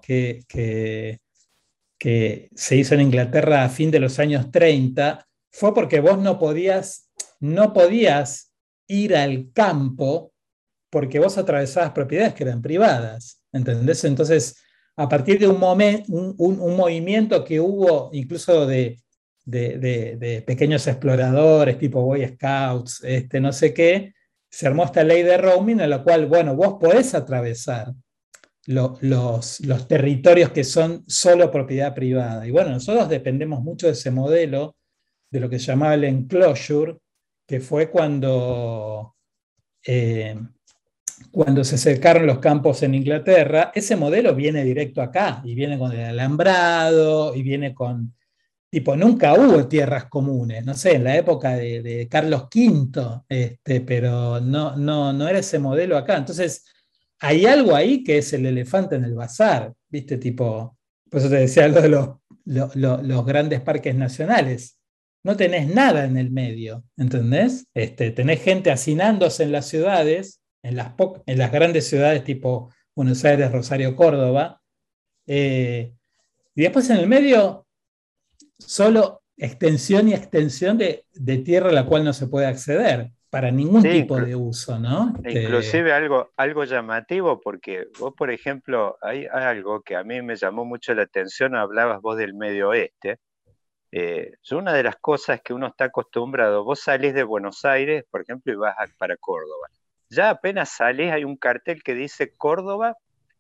Que se hizo en Inglaterra a fin de los años 30, fue porque vos no podías ir al campo porque vos atravesabas propiedades que eran privadas, ¿entendés? Entonces, a partir de un movimiento que hubo incluso de pequeños exploradores tipo Boy Scouts, no sé qué, se armó esta ley de roaming en la cual, bueno, vos podés atravesar los territorios que son solo propiedad privada. Y bueno, nosotros dependemos mucho de ese modelo, de lo que se llamaba el enclosure, que fue eh, cuando se cercaron los campos en Inglaterra. Ese modelo viene directo acá y viene con el alambrado y viene con, tipo, nunca hubo tierras comunes, no sé, en la época de Carlos V, pero no era ese modelo acá. Entonces, hay algo ahí que es el elefante en el bazar, ¿viste? Tipo, por eso te decía algo de los grandes parques nacionales. No tenés nada en el medio, ¿entendés? Tenés gente hacinándose en las ciudades, en las grandes ciudades tipo Buenos Aires, Rosario, Córdoba, y después en el medio solo extensión y extensión de tierra a la cual no se puede acceder para ningún Sí, tipo de uso, ¿no? inclusive algo llamativo, porque vos, por ejemplo, hay algo que a mí me llamó mucho la atención, hablabas vos del Medio Oeste. Es una de las cosas que uno está acostumbrado. Vos salís de Buenos Aires, por ejemplo, y vas para Córdoba. Ya apenas salís, hay un cartel que dice Córdoba,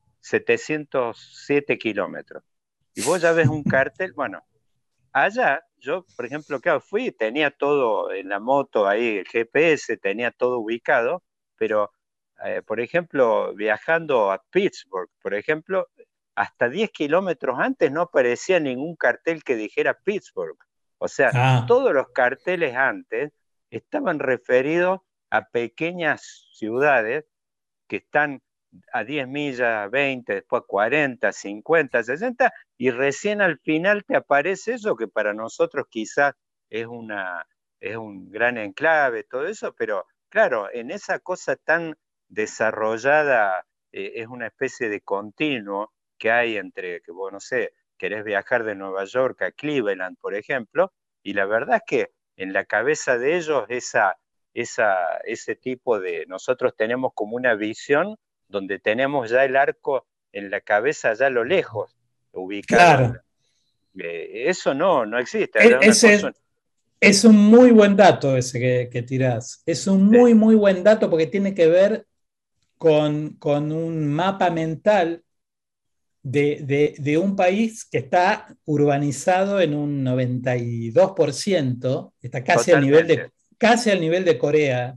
707 kilómetros. Y vos ya ves un cartel, bueno, allá, yo, por ejemplo, claro, fui, tenía todo en la moto ahí, el GPS, tenía todo ubicado, pero por ejemplo, viajando a Pittsburgh, por ejemplo, hasta 10 kilómetros antes no aparecía ningún cartel que dijera Pittsburgh. O sea, todos los carteles antes estaban referidos a pequeñas ciudades que están a 10 millas, 20, después 40, 50, 60, y recién al final te aparece eso que para nosotros quizás es un gran enclave, todo eso, pero claro, en esa cosa tan desarrollada es una especie de continuo que hay entre, que vos no sé, querés viajar de Nueva York a Cleveland, por ejemplo, y la verdad es que en la cabeza de ellos ese tipo de, nosotros tenemos como una visión donde tenemos ya el arco en la cabeza ya a lo lejos, ubicado. Claro. Eso no existe. Es un muy buen dato ese que tirás. Es un muy, muy buen dato porque tiene que ver con un mapa mental de un país que está urbanizado en un 92%, está casi al nivel de Corea.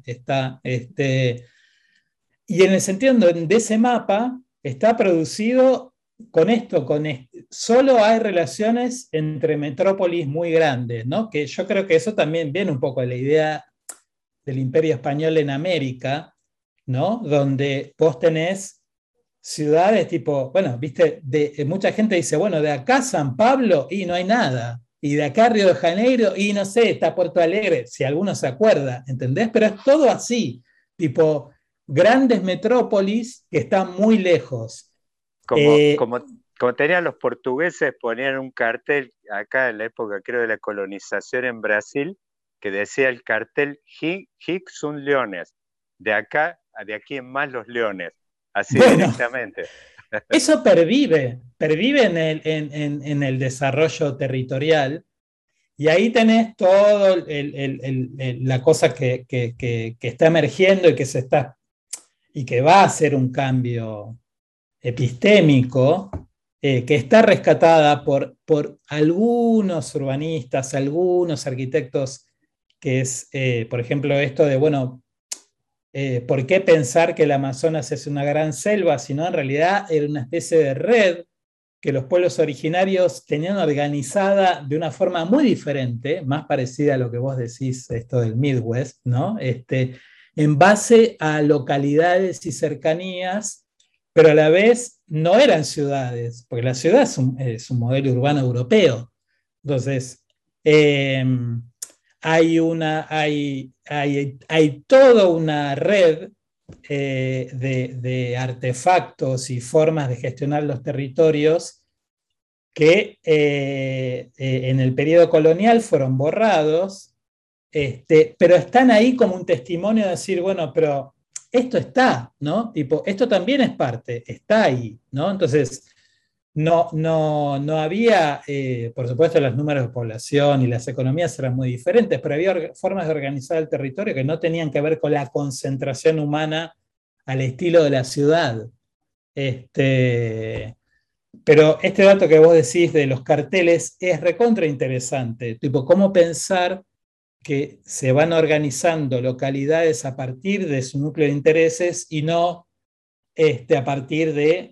Y en el sentido de ese mapa está producido con esto, solo hay relaciones entre metrópolis muy grandes, ¿no? Que yo creo que eso también viene un poco de la idea del Imperio Español en América, ¿no? Donde vos tenés ciudades tipo, bueno, viste, mucha gente dice, bueno, de acá a San Pablo y no hay nada, y de acá a Río de Janeiro y no sé, está Puerto Alegre, si alguno se acuerda, ¿entendés? Pero es todo así, tipo grandes metrópolis que están muy lejos. Como tenían los portugueses, ponían un cartel acá en la época, creo, de la colonización en Brasil, que decía el cartel Hic sunt leones, de aquí en más los leones, así bueno, directamente. Eso pervive en el desarrollo territorial, y ahí tenés todo la cosa que está emergiendo y que va a hacer un cambio epistémico, que está rescatada por algunos urbanistas, algunos arquitectos, que es, por ejemplo, esto de, bueno, ¿por qué pensar que el Amazonas es una gran selva? Sino en realidad era una especie de red que los pueblos originarios tenían organizada de una forma muy diferente, más parecida a lo que vos decís, esto del Midwest, ¿no? En base a localidades y cercanías, pero a la vez no eran ciudades, porque la ciudad es un modelo urbano europeo. Entonces, hay toda una red de artefactos y formas de gestionar los territorios que en el periodo colonial fueron borrados, pero están ahí como un testimonio de decir, bueno, pero esto está, ¿no? Tipo, esto también es parte, está ahí, ¿no? Entonces, no había, por supuesto, los números de población y las economías eran muy diferentes, pero había formas de organizar el territorio que no tenían que ver con la concentración humana al estilo de la ciudad. Pero este dato que vos decís de los carteles es recontra interesante, tipo, cómo pensar que se van organizando localidades a partir de su núcleo de intereses y no a partir de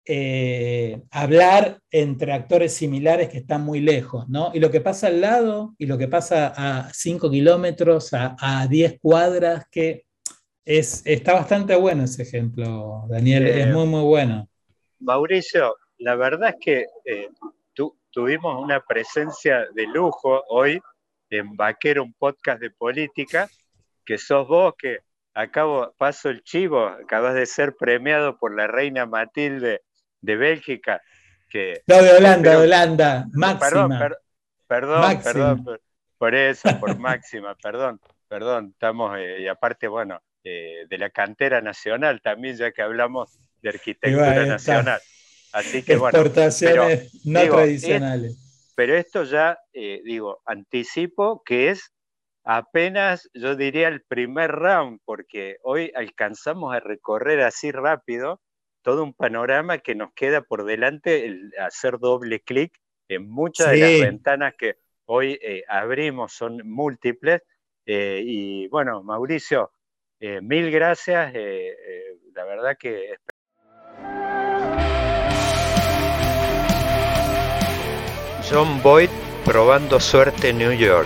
hablar entre actores similares que están muy lejos, ¿no? Y lo que pasa al lado y lo que pasa a 5 kilómetros, a 10 cuadras, que está bastante bueno ese ejemplo, Daniel, es muy, muy bueno. Mauricio, la verdad es que tuvimos una presencia de lujo hoy en Vaquero, un podcast de política, que sos vos, que paso el chivo, acabas de ser premiado por la reina Matilde de Bélgica. No, de Holanda, Máxima. Perdón, por eso, por Máxima, perdón, estamos, y aparte, bueno, de la cantera nacional también, ya que hablamos de arquitectura nacional. Así que exportaciones tradicionales. Pero esto ya, anticipo que es apenas, yo diría, el primer round, porque hoy alcanzamos a recorrer así rápido todo un panorama que nos queda por delante, el hacer doble clic en muchas de las ventanas que hoy abrimos, son múltiples. Y bueno, Mauricio, mil gracias. la verdad que... John Boyd probando suerte en New York.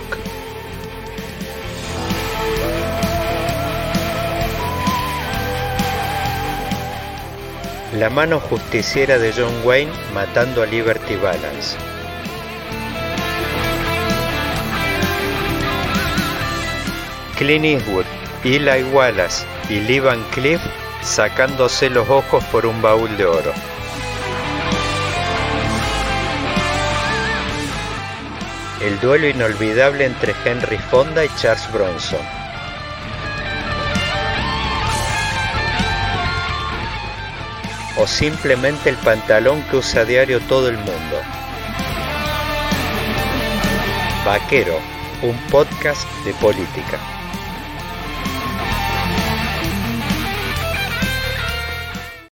La mano justiciera de John Wayne matando a Liberty Balance. Clint Eastwood, Eli Wallace y Lee Van Cleef sacándose los ojos por un baúl de oro. El duelo inolvidable entre Henry Fonda y Charles Bronson. O simplemente el pantalón que usa a diario todo el mundo. Vaquero, un podcast de política.